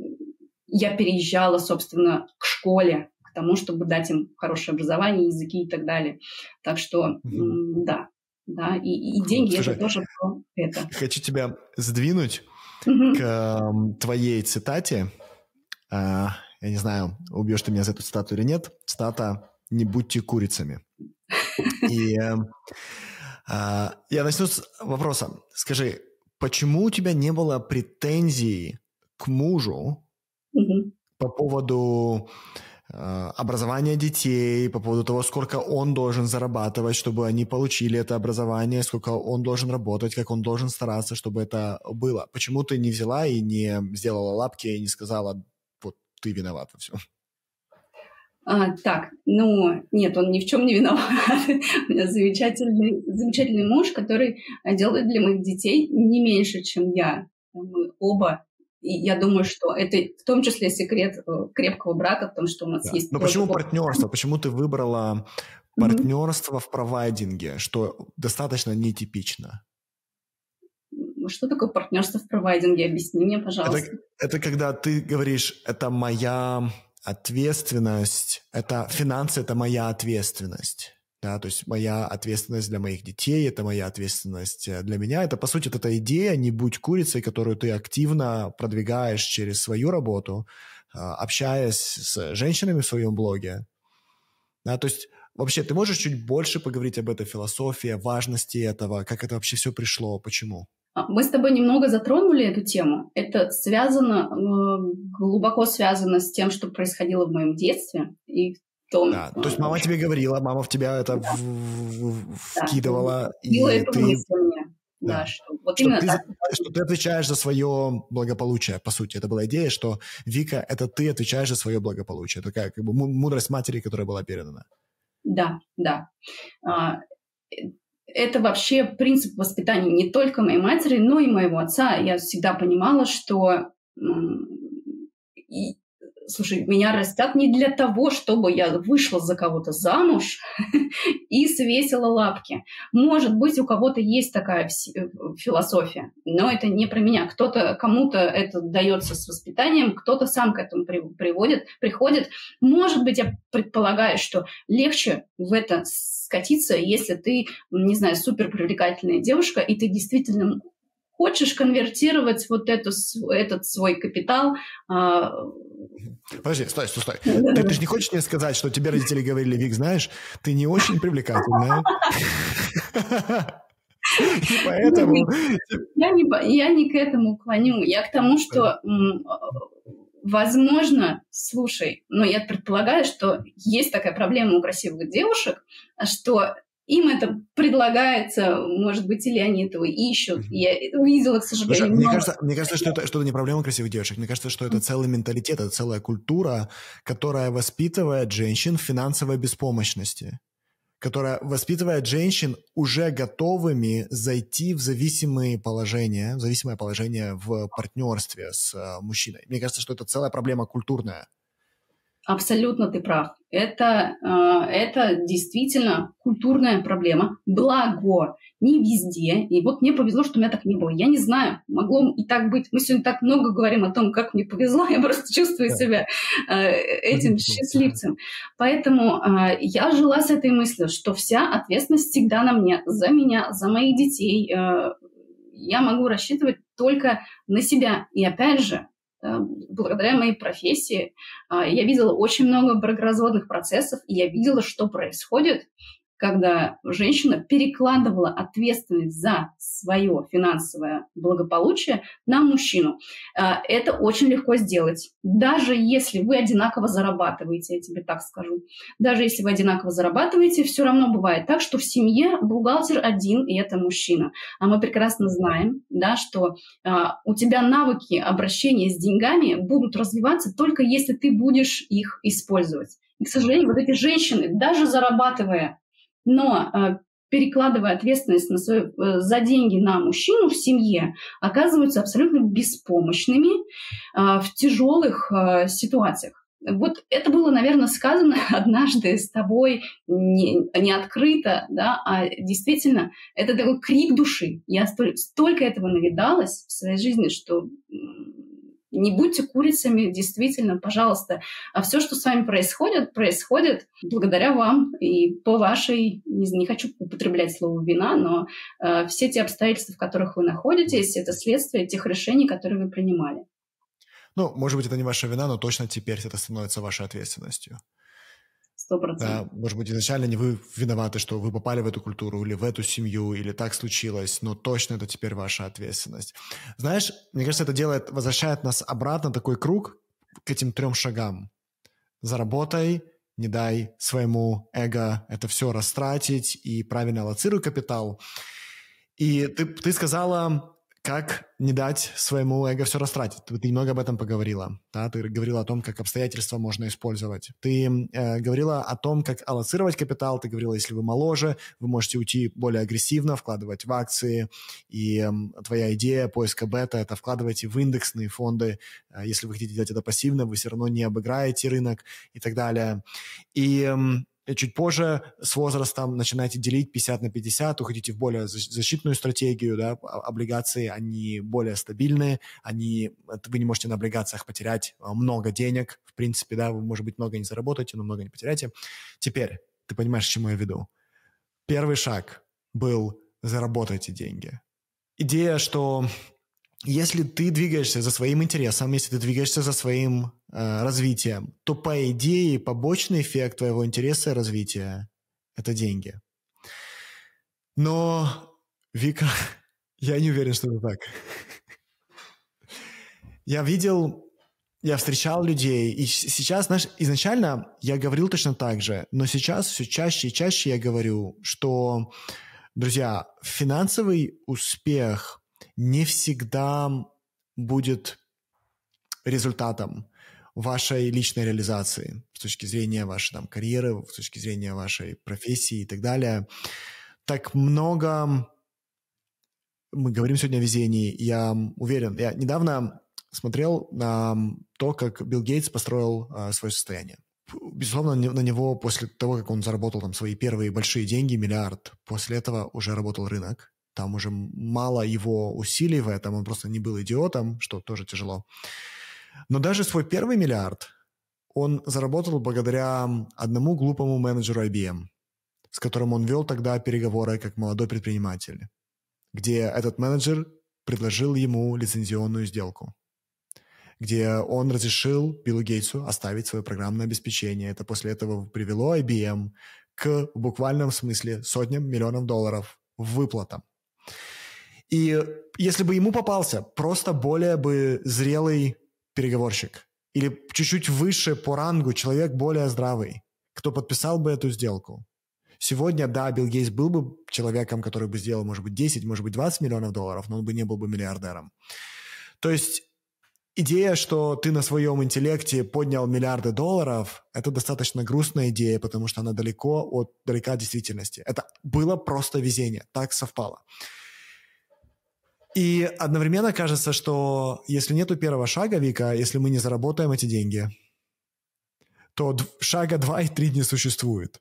я переезжала, собственно, к школе, тому, чтобы дать им хорошее образование, языки и так далее. Так что, mm-hmm. да, да, и, и деньги Слушай, это тоже про это. Хочу тебя сдвинуть mm-hmm. к э, твоей цитате. Э, я не знаю, убьешь ты меня за эту цитату или нет. Цитата «Не будьте курицами». И э, э, я начну с вопроса. Скажи, почему у тебя не было претензий к мужу mm-hmm. по поводу... образование детей, по поводу того, сколько он должен зарабатывать, чтобы они получили это образование, сколько он должен работать, как он должен стараться, чтобы это было. Почему ты не взяла и не сделала лапки и не сказала, вот ты виноват во всем? А, так, ну, нет, он ни в чем не виноват. У меня замечательный, замечательный муж, который делает для моих детей не меньше, чем я. Мы оба. И я думаю, что это в том числе секрет крепкого брака, потому что у нас да. есть... Но почему партнерство? Почему ты выбрала партнерство mm-hmm. в провайдинге, что достаточно нетипично? Что такое партнерство в провайдинге? Объясни мне, пожалуйста. Это, это когда ты говоришь, это моя ответственность, это финансы, это моя ответственность. Да, то есть моя ответственность для моих детей, это моя ответственность для меня. Это, по сути, эта идея «не будь курицей», которую ты активно продвигаешь через свою работу, общаясь с женщинами в своем блоге. Да, то есть вообще ты можешь чуть больше поговорить об этой философии, важности этого, как это вообще все пришло, почему? Мы с тобой немного затронули эту тему. Это связано, глубоко связано с тем, что происходило в моем детстве и том, да, то есть мама тебе говорила, мама в тебя это да. в, в, вкидывала. Да, и эту ты... мысль мне. Да, да. что, вот что, именно ты, так. что ты отвечаешь за свое благополучие, по сути. Это была идея, что, Вика, это ты отвечаешь за свое благополучие. Такая как бы мудрость матери, которая была передана. Да, да. Это вообще принцип воспитания не только моей матери, но и моего отца. Я всегда понимала, что Слушай, меня растят не для того, чтобы я вышла за кого-то замуж и свесила лапки. Может быть, у кого-то есть такая философия, но это не про меня. Кто-то, кому-то это дается с воспитанием, кто-то сам к этому приводит, приходит. Может быть, я предполагаю, что легче в это скатиться, если ты, не знаю, супер привлекательная девушка, и ты действительно хочешь конвертировать вот эту, этот свой капитал. А... Подожди, стой, стой, стой. Ты, ты же не хочешь мне сказать, что тебе родители говорили: Вик, знаешь, ты не очень привлекательная. И поэтому... Я не, я не к этому клоню. Я к тому, что, возможно, слушай, но я предполагаю, что есть такая проблема у красивых девушек, что им это предлагается, может быть, или они этого ищут. Я увидела, к сожалению, Слушай, много... мне кажется, мне кажется, что это, что это не проблема красивых девушек. Мне кажется, что это целый менталитет, это целая культура, которая воспитывает женщин в финансовой беспомощности, которая воспитывает женщин уже готовыми зайти в зависимые положения, в зависимое положение в партнерстве с мужчиной. Мне кажется, что это целая проблема культурная. Абсолютно ты прав. Это, это действительно культурная проблема. Благо, не везде. И вот мне повезло, что у меня так не было. Я не знаю, могло и так быть. Мы сегодня так много говорим о том, как мне повезло. Я просто чувствую себя этим счастливцем. Поэтому я жила с этой мыслью, что вся ответственность всегда на мне, за меня, за моих детей. Я могу рассчитывать только на себя. И опять же, благодаря моей профессии я видела очень много бракоразводных процессов, и я видела, что происходит, когда женщина перекладывала ответственность за свое финансовое благополучие на мужчину. Это очень легко сделать. Даже если вы одинаково зарабатываете, я тебе так скажу, даже если вы одинаково зарабатываете, все равно бывает так, что в семье бухгалтер один, и это мужчина. А мы прекрасно знаем, да, что а, у тебя навыки обращения с деньгами будут развиваться только если ты будешь их использовать. И, к сожалению, вот эти женщины, даже зарабатывая, но э, перекладывая ответственность на свое, э, за деньги на мужчину в семье, оказываются абсолютно беспомощными э, в тяжелых э, ситуациях. Вот это было, наверное, сказано однажды с тобой не, не открыто, да, а действительно это такой крик души. Я столь, столько этого навидалась в своей жизни, что... Не будьте курицами, действительно, пожалуйста. А все, что с вами происходит, происходит благодаря вам и по вашей, не, не хочу употреблять слово вина, но э, все те обстоятельства, в которых вы находитесь, это следствие тех решений, которые вы принимали. Ну, может быть, это не ваша вина, но точно теперь это становится вашей ответственностью. Сто процентов. Да, может быть, изначально не вы виноваты, что вы попали в эту культуру или в эту семью, или так случилось, но точно это теперь ваша ответственность. Знаешь, мне кажется, это делает, возвращает нас обратно такой круг к этим трем шагам. Заработай, не дай своему эго это все растратить и правильно аллоцируй капитал. И ты, ты сказала... Как не дать своему эго все растратить? Ты, ты немного об этом поговорила. Да? Ты говорила о том, как обстоятельства можно использовать. Ты э, говорила о том, как аллоцировать капитал. Ты говорила, если вы моложе, вы можете уйти более агрессивно, вкладывать в акции. И э, твоя идея поиска бета – это вкладывайте в индексные фонды. Э, если вы хотите делать это пассивно, вы все равно не обыграете рынок и так далее. И... Э, И чуть позже с возрастом начинаете делить пятьдесят на пятьдесят, уходите в более защитную стратегию, да, облигации, они более стабильные, они, вы не можете на облигациях потерять много денег, в принципе, да, вы, может быть, много не заработаете, но много не потеряете. Теперь, ты понимаешь, к чему я веду. Первый шаг был заработайте деньги. Идея, что если ты двигаешься за своим интересом, если ты двигаешься за своим э, развитием, то, по идее, побочный эффект твоего интереса и развития – это деньги. Но, Вика, я не уверен, что это так. Я видел, я встречал людей, и сейчас, знаешь, изначально я говорил точно так же, но сейчас все чаще и чаще я говорю, что, друзья, финансовый успех – не всегда будет результатом вашей личной реализации с точки зрения вашей там, карьеры, с точки зрения вашей профессии и так далее. Так много... Мы говорим сегодня о везении. Я уверен, я недавно смотрел на то, как Билл Гейтс построил а, свое состояние. Безусловно, на него после того, как он заработал там свои первые большие деньги, миллиард, после этого уже работал рынок. Там уже мало его усилий в этом, он просто не был идиотом, что тоже тяжело. Но даже свой первый миллиард он заработал благодаря одному глупому менеджеру ай би эм, с которым он вел тогда переговоры как молодой предприниматель, где этот менеджер предложил ему лицензионную сделку, где он разрешил Биллу Гейтсу оставить свое программное обеспечение. Это после этого привело ай би эм к, в буквальном смысле, сотням миллионов долларов в выплатам. И если бы ему попался просто более бы зрелый переговорщик или чуть-чуть выше по рангу человек более здравый, кто подписал бы эту сделку, сегодня, да, Билл Гейтс был бы человеком, который бы сделал, может быть, десять, может быть, двадцать миллионов долларов, но он бы не был бы миллиардером. То есть идея, что ты на своем интеллекте поднял миллиарды долларов, это достаточно грустная идея, потому что она далеко от далека от действительности. Это было просто везение, так совпало. И одновременно кажется, что если нету первого шага, Вика, если мы не заработаем эти деньги, то шага два и три не существует.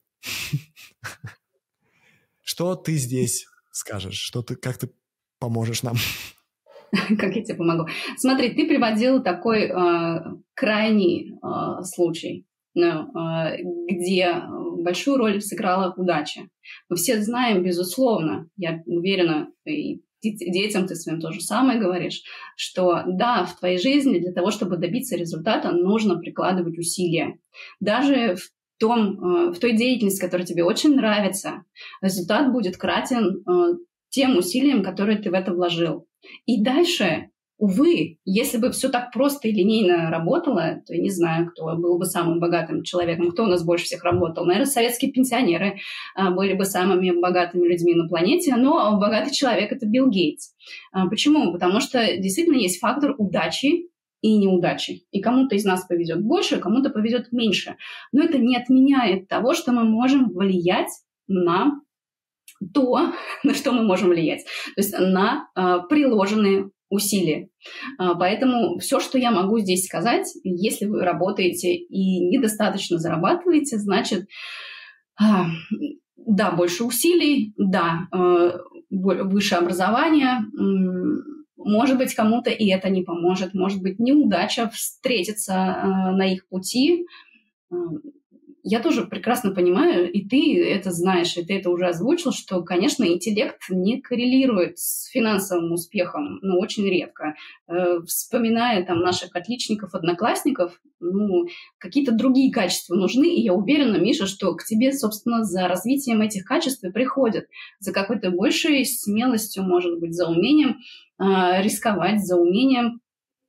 Что ты здесь скажешь? Что ты, как ты поможешь нам? Как я тебе помогу? Смотри, ты приводил такой э, крайний э, случай, ну, э, где большую роль сыграла удача. Мы все знаем, безусловно, я уверена, и детям ты своим то же самое говоришь, что да, в твоей жизни для того, чтобы добиться результата, нужно прикладывать усилия. Даже в том, в той деятельности, которая тебе очень нравится, результат будет кратен тем усилием, которое ты в это вложил. И дальше, увы, если бы все так просто и линейно работало, то я не знаю, кто был бы самым богатым человеком, кто у нас больше всех работал. Наверное, советские пенсионеры были бы самыми богатыми людьми на планете, но богатый человек – это Билл Гейтс. Почему? Потому что действительно есть фактор удачи и неудачи. И кому-то из нас повезет больше, кому-то повезет меньше. Но это не отменяет того, что мы можем влиять на то, на что мы можем влиять, то есть на э, приложенные усилия. Э, поэтому все, что я могу здесь сказать, если вы работаете и недостаточно зарабатываете, значит, э, да, больше усилий, да, э, выше образование, э, может быть, кому-то и это не поможет, может быть, неудача встретится э, на их пути. Э, Я тоже прекрасно понимаю, и ты это знаешь, и ты это уже озвучил, что, конечно, интеллект не коррелирует с финансовым успехом, но очень редко. Э, вспоминая там наших отличников, одноклассников, ну, какие-то другие качества нужны, и я уверена, Миша, что к тебе, собственно, за развитием этих качеств и приходят, за какой-то большей смелостью, может быть, за умением э, рисковать, за умением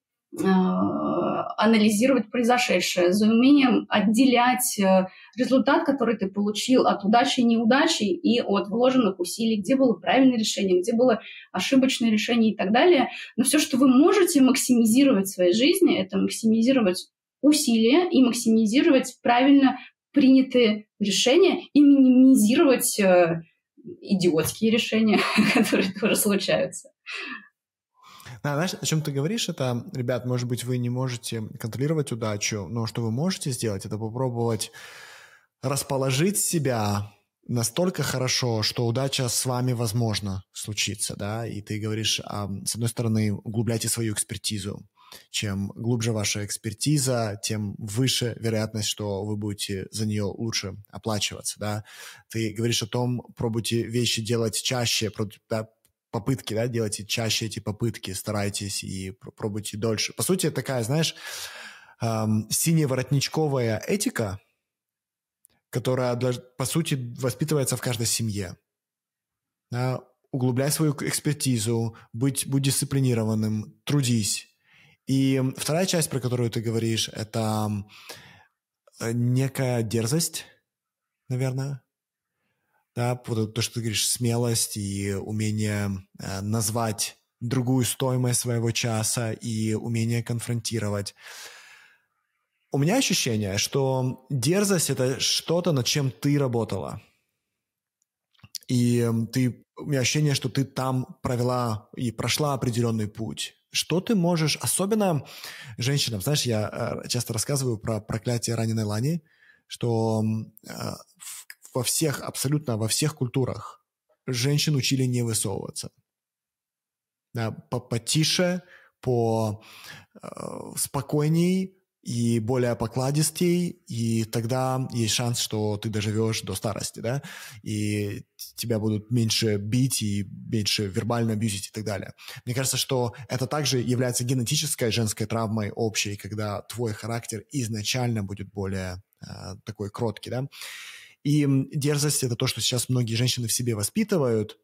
анализировать произошедшее, за умением отделять результат, который ты получил, от удачи и неудачи и от вложенных усилий, где было правильное решение, где было ошибочное решение и так далее. Но все, что вы можете максимизировать в своей жизни, это максимизировать усилия и максимизировать правильно принятые решения и минимизировать идиотские решения, которые тоже случаются. Да, знаешь, о чем ты говоришь, это, ребят, может быть, вы не можете контролировать удачу, но что вы можете сделать, это попробовать расположить себя настолько хорошо, что удача с вами, возможно, случится, да, и ты говоришь, а, с одной стороны, углубляйте свою экспертизу. Чем глубже ваша экспертиза, тем выше вероятность, что вы будете за нее лучше оплачиваться, да. Ты говоришь о том, пробуйте вещи делать чаще, да, попытки, да, делайте чаще эти попытки, старайтесь и пробуйте дольше. По сути, такая, знаешь, эм, синеворотничковая этика, которая, по сути, воспитывается в каждой семье. Да? Углубляй свою экспертизу, будь, будь дисциплинированным, трудись. И вторая часть, про которую ты говоришь, это некая дерзость, наверное. Да, то, что ты говоришь, смелость и умение э, назвать другую стоимость своего часа и умение конфронтировать. У меня ощущение, что дерзость – это что-то, над чем ты работала. и ты, у меня ощущение, что ты там провела и прошла определенный путь. Что ты можешь, особенно женщинам, знаешь, я часто рассказываю про проклятие раненой лани, что во всех, абсолютно во всех культурах женщин учили не высовываться. Да, потише, по э, спокойней и более покладистей, и тогда есть шанс, что ты доживешь до старости, да, и тебя будут меньше бить и меньше вербально абьюзить и так далее. Мне кажется, что это также является генетической женской травмой общей, когда твой характер изначально будет более э, такой кроткий, да. И дерзость – это то, что сейчас многие женщины в себе воспитывают.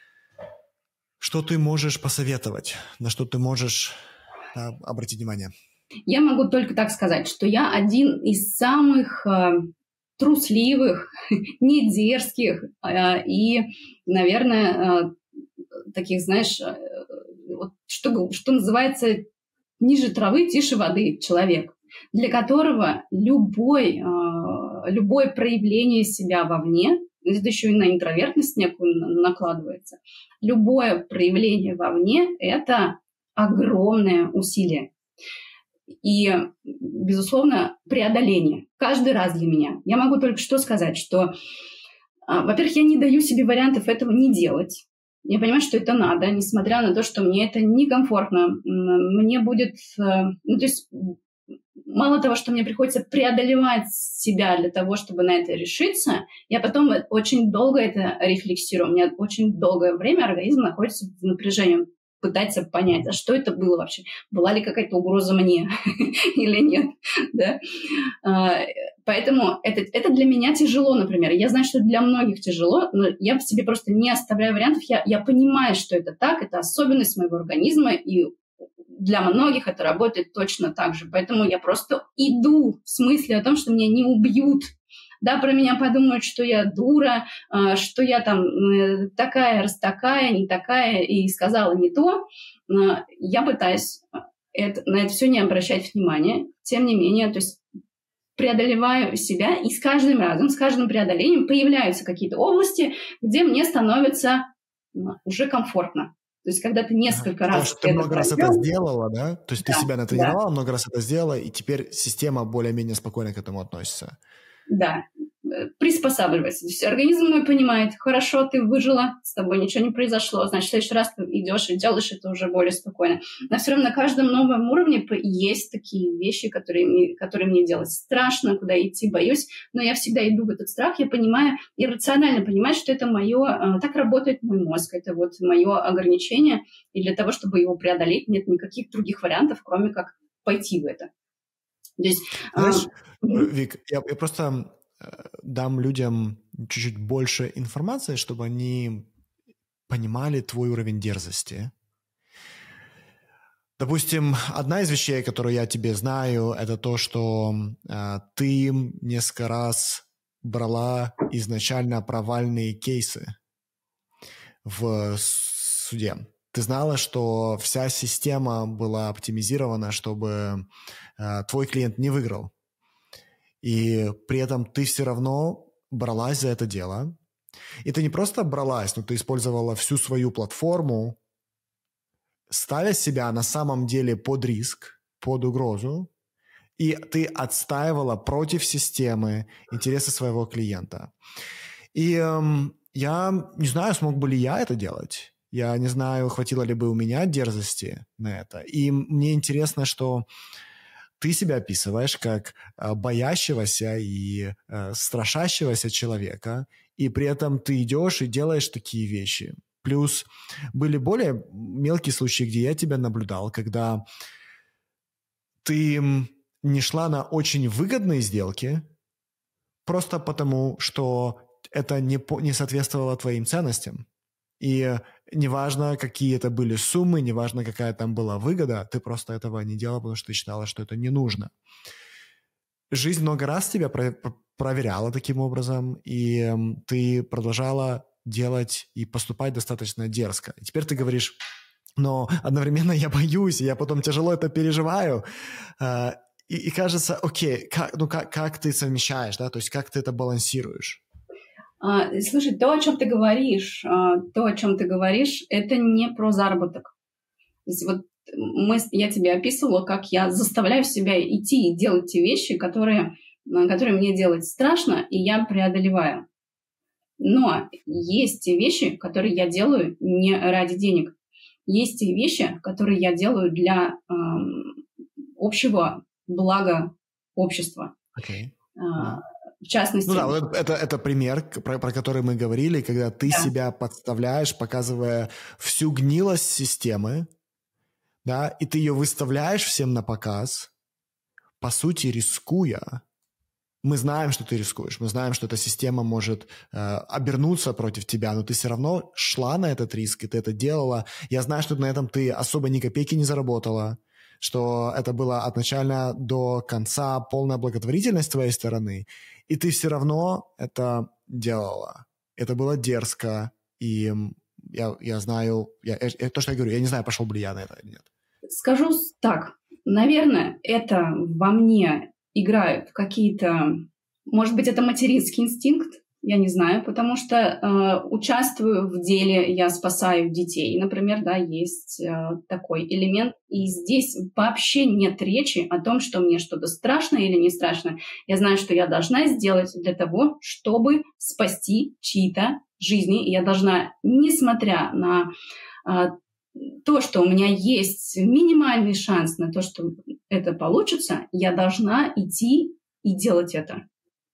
Что ты можешь посоветовать? На что ты можешь да, обратить внимание? Я могу только так сказать, что я один из самых э, трусливых, не дерзких э, и, наверное, э, таких, знаешь, э, вот, что, что называется, ниже травы, тише воды человек, для которого любой, э, любое проявление себя вовне, это еще и на интровертность некую накладывается, любое проявление вовне – это огромное усилие. И, безусловно, преодоление. Каждый раз для меня. Я могу только что сказать, что, во-первых, я не даю себе вариантов этого не делать. Я понимаю, что это надо, несмотря на то, что мне это некомфортно. Мне будет... Ну, то есть, мало того, что мне приходится преодолевать себя для того, чтобы на это решиться, я потом очень долго это рефлексирую. У меня очень долгое время организм находится в напряжении. Пытаться понять, а что это было вообще? Была ли какая-то угроза мне или нет? Да? Поэтому это, это для меня тяжело, например. Я знаю, что для многих тяжело, но я в себе просто не оставляю вариантов. Я, я понимаю, что это так, это особенность моего организма, и для многих это работает точно так же. Поэтому я просто иду в смысле о том, что меня не убьют. Да, про меня подумают, что я дура, что я там такая, раз такая, не такая, и сказала не то. Я пытаюсь это, на это все не обращать внимания. Тем не менее, то есть преодолеваю себя, и с каждым разом, с каждым преодолением появляются какие-то области, где мне становится уже комфортно. То есть, когда ты несколько Потому раз... что ты много раз это сделала, да? То есть, да, ты себя натренировала, да. много раз это сделала, и теперь система более-менее спокойно к этому относится. Да, приспосабливается. То есть организм мой понимает, хорошо, ты выжила, с тобой ничего не произошло, значит, в следующий раз ты идешь и делаешь это уже более спокойно. Но все равно на каждом новом уровне есть такие вещи, которые мне, которые мне делать страшно, куда идти, боюсь, но я всегда иду в этот страх, я понимаю, и рационально понимаю, что это мое, так работает мой мозг, это вот мое ограничение, и для того, чтобы его преодолеть, нет никаких других вариантов, кроме как пойти в это. То есть, знаешь, а... Вик, я, я просто дам людям чуть-чуть больше информации, чтобы они понимали твой уровень дерзости. Допустим, одна из вещей, которую я тебе знаю, это то, что э, ты несколько раз брала изначально провальные кейсы в суде. Ты знала, что вся система была оптимизирована, чтобы э, твой клиент не выиграл. И при этом ты все равно бралась за это дело. И ты не просто бралась, но ты использовала всю свою платформу, ставя себя на самом деле под риск, под угрозу, и ты отстаивала против системы интересы своего клиента. И эм, я не знаю, смог бы ли я это делать. Я не знаю, хватило ли бы у меня дерзости на это. И мне интересно, что ты себя описываешь как боящегося и э, страшащегося человека, и при этом ты идешь и делаешь такие вещи. Плюс были более мелкие случаи, где я тебя наблюдал, когда ты не шла на очень выгодные сделки просто потому, что это не, по, не соответствовало твоим ценностям. И неважно, какие это были суммы, неважно, какая там была выгода, ты просто этого не делала, потому что ты считала, что это не нужно. Жизнь много раз тебя про- проверяла таким образом, и ты продолжала делать и поступать достаточно дерзко. И теперь ты говоришь, но одновременно я боюсь, и я потом тяжело это переживаю. И, и кажется, окей, как, ну как, как ты совмещаешь, да, то есть как ты это балансируешь? А, слушай, то, о чем ты говоришь, а, то, о чем ты говоришь, это не про заработок. То есть вот мы, я тебе описывала, как я заставляю себя идти и делать те вещи, которые, которые мне делать страшно, и я преодолеваю. Но есть те вещи, которые я делаю не ради денег. Есть те вещи, которые я делаю для эм, общего блага общества. Okay. Uh, в частности... Ну да, вот это, это пример, про, про который мы говорили, когда ты да. себя подставляешь, показывая всю гнилость системы, да, и ты ее выставляешь всем на показ, по сути, рискуя. Мы знаем, что ты рискуешь, мы знаем, что эта система может э, обернуться против тебя, но ты все равно шла на этот риск, и ты это делала. Я знаю, что на этом ты особо ни копейки не заработала, что это было от начала до конца полная благотворительность с твоей стороны, и ты все равно это делала. Это было дерзко, и я, я знаю, я, я, то, что я говорю, я не знаю, пошел бы ли я на это или нет. Скажу так, наверное, это во мне играют какие-то, может быть, это материнский инстинкт, я не знаю, потому что э, участвую в деле, я спасаю детей, например, да, есть э, такой элемент, и здесь вообще нет речи о том, что мне что-то страшно или не страшно. Я знаю, что я должна сделать для того, чтобы спасти чьи-то жизни, и я должна, несмотря на э, то, что у меня есть минимальный шанс на то, что это получится, я должна идти и делать это.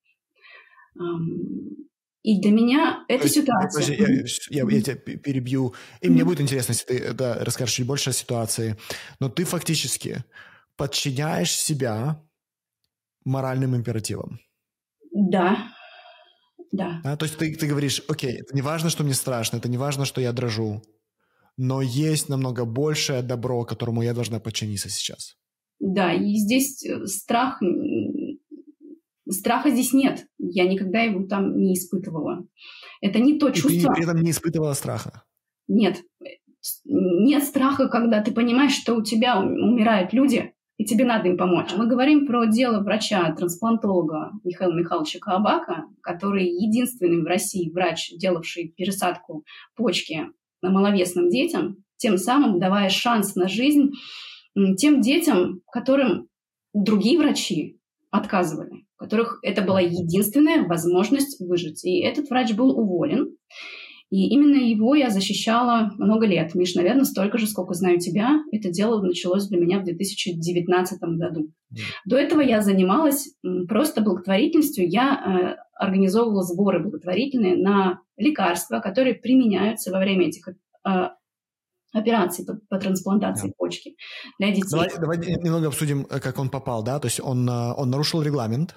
И для меня эта есть, ситуация... Подожди, я, я, я тебя перебью. И mm-hmm. мне будет интересно, если ты да, расскажешь чуть больше о ситуации. Но ты фактически подчиняешь себя моральным императивам. Да. Да. да? То есть ты, ты говоришь, окей, это не важно, что мне страшно, это не важно, что я дрожу, но есть намного большее добро, которому я должна подчиниться сейчас. Да, и здесь страх... Страха здесь нет. Я никогда его там не испытывала. Это не то и чувство... ты при этом не испытывала страха? Нет. Нет страха, когда ты понимаешь, что у тебя умирают люди, и тебе надо им помочь. Мы говорим про дело врача-трансплантолога Михаила Михайловича Каабака, который единственный в России врач, делавший пересадку почки маловесным детям, тем самым давая шанс на жизнь тем детям, которым другие врачи отказывали, у которых это была единственная возможность выжить. И этот врач был уволен. И именно его я защищала много лет. Миш, наверное, столько же, сколько знаю тебя. Это дело началось для меня в две тысячи девятнадцатом году. Mm. До этого я занималась просто благотворительностью. Я э, организовывала сборы благотворительные на лекарства, которые применяются во время этих э, операций по, по трансплантации yeah. почки для детей. Давай, давай немного обсудим, как он попал, да? То есть он, он нарушил регламент,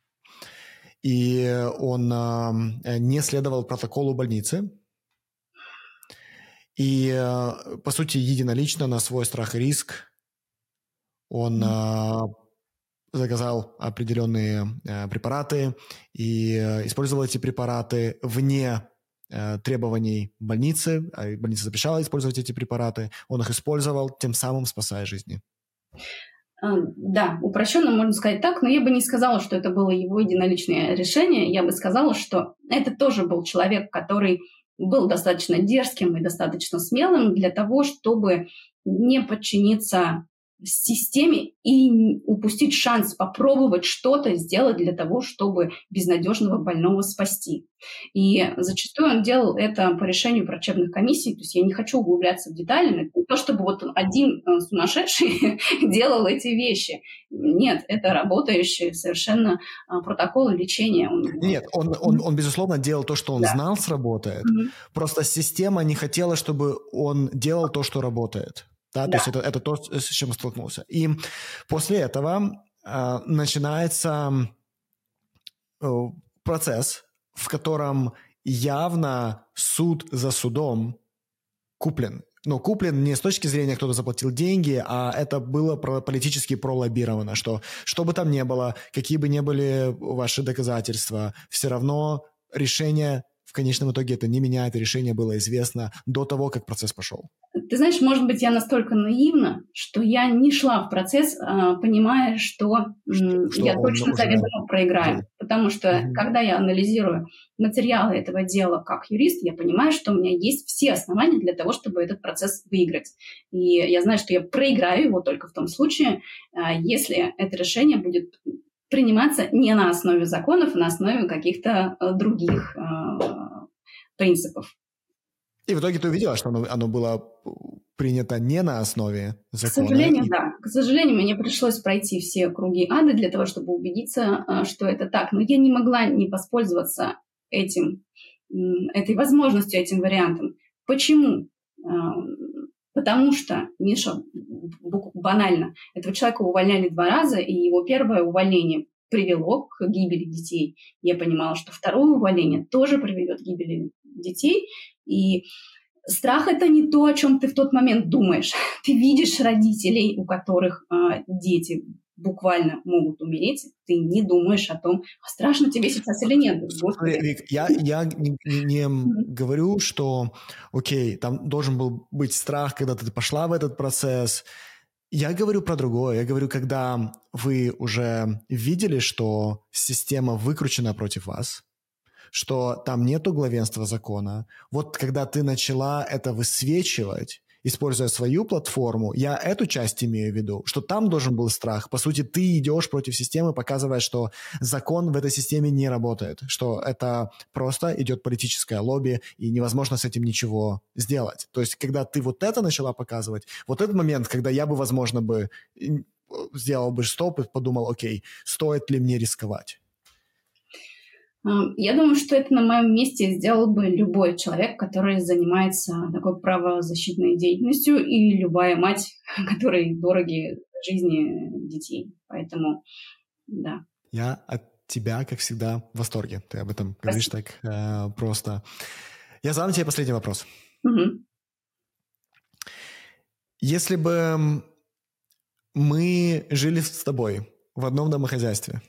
и он не следовал протоколу больницы, и, по сути, единолично на свой страх и риск он mm. заказал определенные препараты и использовал эти препараты вне требований больницы, а больница запрещала использовать эти препараты, он их использовал, тем самым спасая жизни. Да, упрощенно можно сказать так, но я бы не сказала, что это было его единоличное решение. Я бы сказала, что это тоже был человек, который был достаточно дерзким и достаточно смелым для того, чтобы не подчиниться системе и упустить шанс попробовать что-то сделать для того, чтобы безнадежного больного спасти. И зачастую он делал это по решению врачебных комиссий, то есть я не хочу углубляться в детали, но не то, чтобы вот один сумасшедший делал эти вещи. Нет, это работающий совершенно протокол лечения. Нет, он, он, он безусловно делал то, что он да. знал сработает, mm-hmm. просто система не хотела, чтобы он делал то, что работает. Да, да. То есть это, это то, с чем он столкнулся. И после этого э, начинается э, процесс, в котором явно суд за судом куплен. Но куплен не с точки зрения, кто-то заплатил деньги, а это было про- политически пролоббировано, что что бы там ни было, какие бы ни были ваши доказательства, все равно решение в конечном итоге это не меняет, решение было известно до того, как процесс пошел. Ты знаешь, может быть, я настолько наивна, что я не шла в процесс, понимая, что, что, что я точно заведомо проиграю. потому что, mm-hmm. когда я анализирую материалы этого дела как юрист, я понимаю, что у меня есть все основания для того, чтобы этот процесс выиграть. И я знаю, что я проиграю его только в том случае, если это решение будет приниматься не на основе законов, а на основе каких-то других принципов. И в итоге ты увидела, что оно, оно было принято не на основе закона. К сожалению, и... да. К сожалению, мне пришлось пройти все круги ада для того, чтобы убедиться, что это так. Но я не могла не воспользоваться этим, этой возможностью, этим вариантом. Почему? Потому что, Миша, банально, этого человека увольняли два раза, и его первое увольнение привело к гибели детей. Я понимала, что второе увольнение тоже приведет к гибели детей. И страх – это не то, о чем ты в тот момент думаешь. Ты видишь родителей, у которых э, дети буквально могут умереть, ты не думаешь о том, а страшно тебе сейчас или нет. Смотри, Вик, я, я не, не, не mm-hmm. говорю, что, окей, там должен был быть страх, когда ты пошла в этот процесс. Я говорю про другое. Я говорю, когда вы уже видели, что система выкручена против вас, что там нету главенства закона. Вот когда ты начала это высвечивать, используя свою платформу, я эту часть имею в виду, что там должен был страх. По сути, ты идешь против системы, показывая, что закон в этой системе не работает, что это просто идет политическое лобби, и невозможно с этим ничего сделать. То есть, когда ты вот это начала показывать, вот этот момент, когда я бы, возможно, бы сделал бы стоп и подумал, окей, стоит ли мне рисковать? Я думаю, что это на моем месте сделал бы любой человек, который занимается такой правозащитной деятельностью, и любая мать, которой дороги жизни детей. Поэтому, да. Я от тебя, как всегда, в восторге. Ты об этом Спасибо. Говоришь так э, просто. Я задам тебе последний вопрос. Угу. Если бы мы жили с тобой в одном домохозяйстве,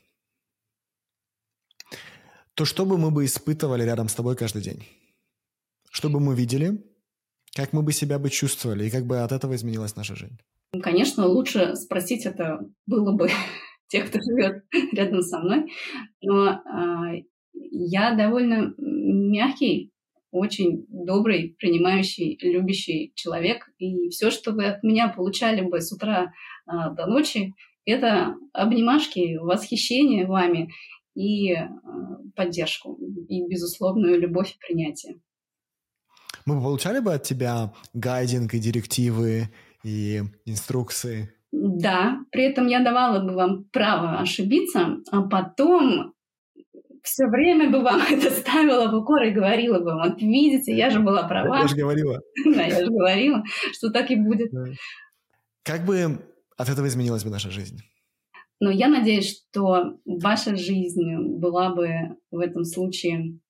то что бы мы бы испытывали рядом с тобой каждый день? Что бы мы видели? Как мы бы себя бы чувствовали? И как бы от этого изменилась наша жизнь? Конечно, лучше спросить это было бы тех, кто живет рядом со мной. Но э, я довольно мягкий, очень добрый, принимающий, любящий человек. И все, что вы от меня получали бы с утра э, до ночи, это обнимашки, восхищение вами и э, поддержку, и безусловную любовь и принятие. Мы бы получали бы от тебя гайдинг и директивы, и инструкции? Да, при этом я давала бы вам право ошибиться, а потом все время бы вам это ставила в укор и говорила бы, вот видите, я же была права. Я же говорила. Да, я же говорила, что так и будет. Как бы от этого изменилась бы наша жизнь? Но я надеюсь, что ваша жизнь была бы в этом случае,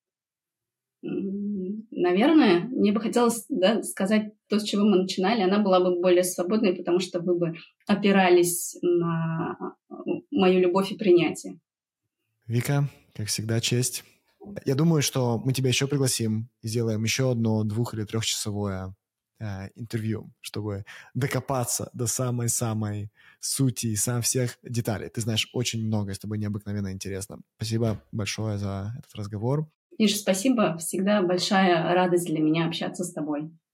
наверное, мне бы хотелось, да, сказать то, с чего мы начинали, она была бы более свободной, потому что вы бы опирались на мою любовь и принятие. Вика, как всегда, честь. Я думаю, что мы тебя еще пригласим и сделаем еще одно двух- или трехчасовое э, интервью, чтобы докопаться до самой-самой сути и сам всех деталей. Ты знаешь очень много, с тобой необыкновенно интересно. Спасибо большое за этот разговор. Миша, спасибо. Всегда большая радость для меня общаться с тобой.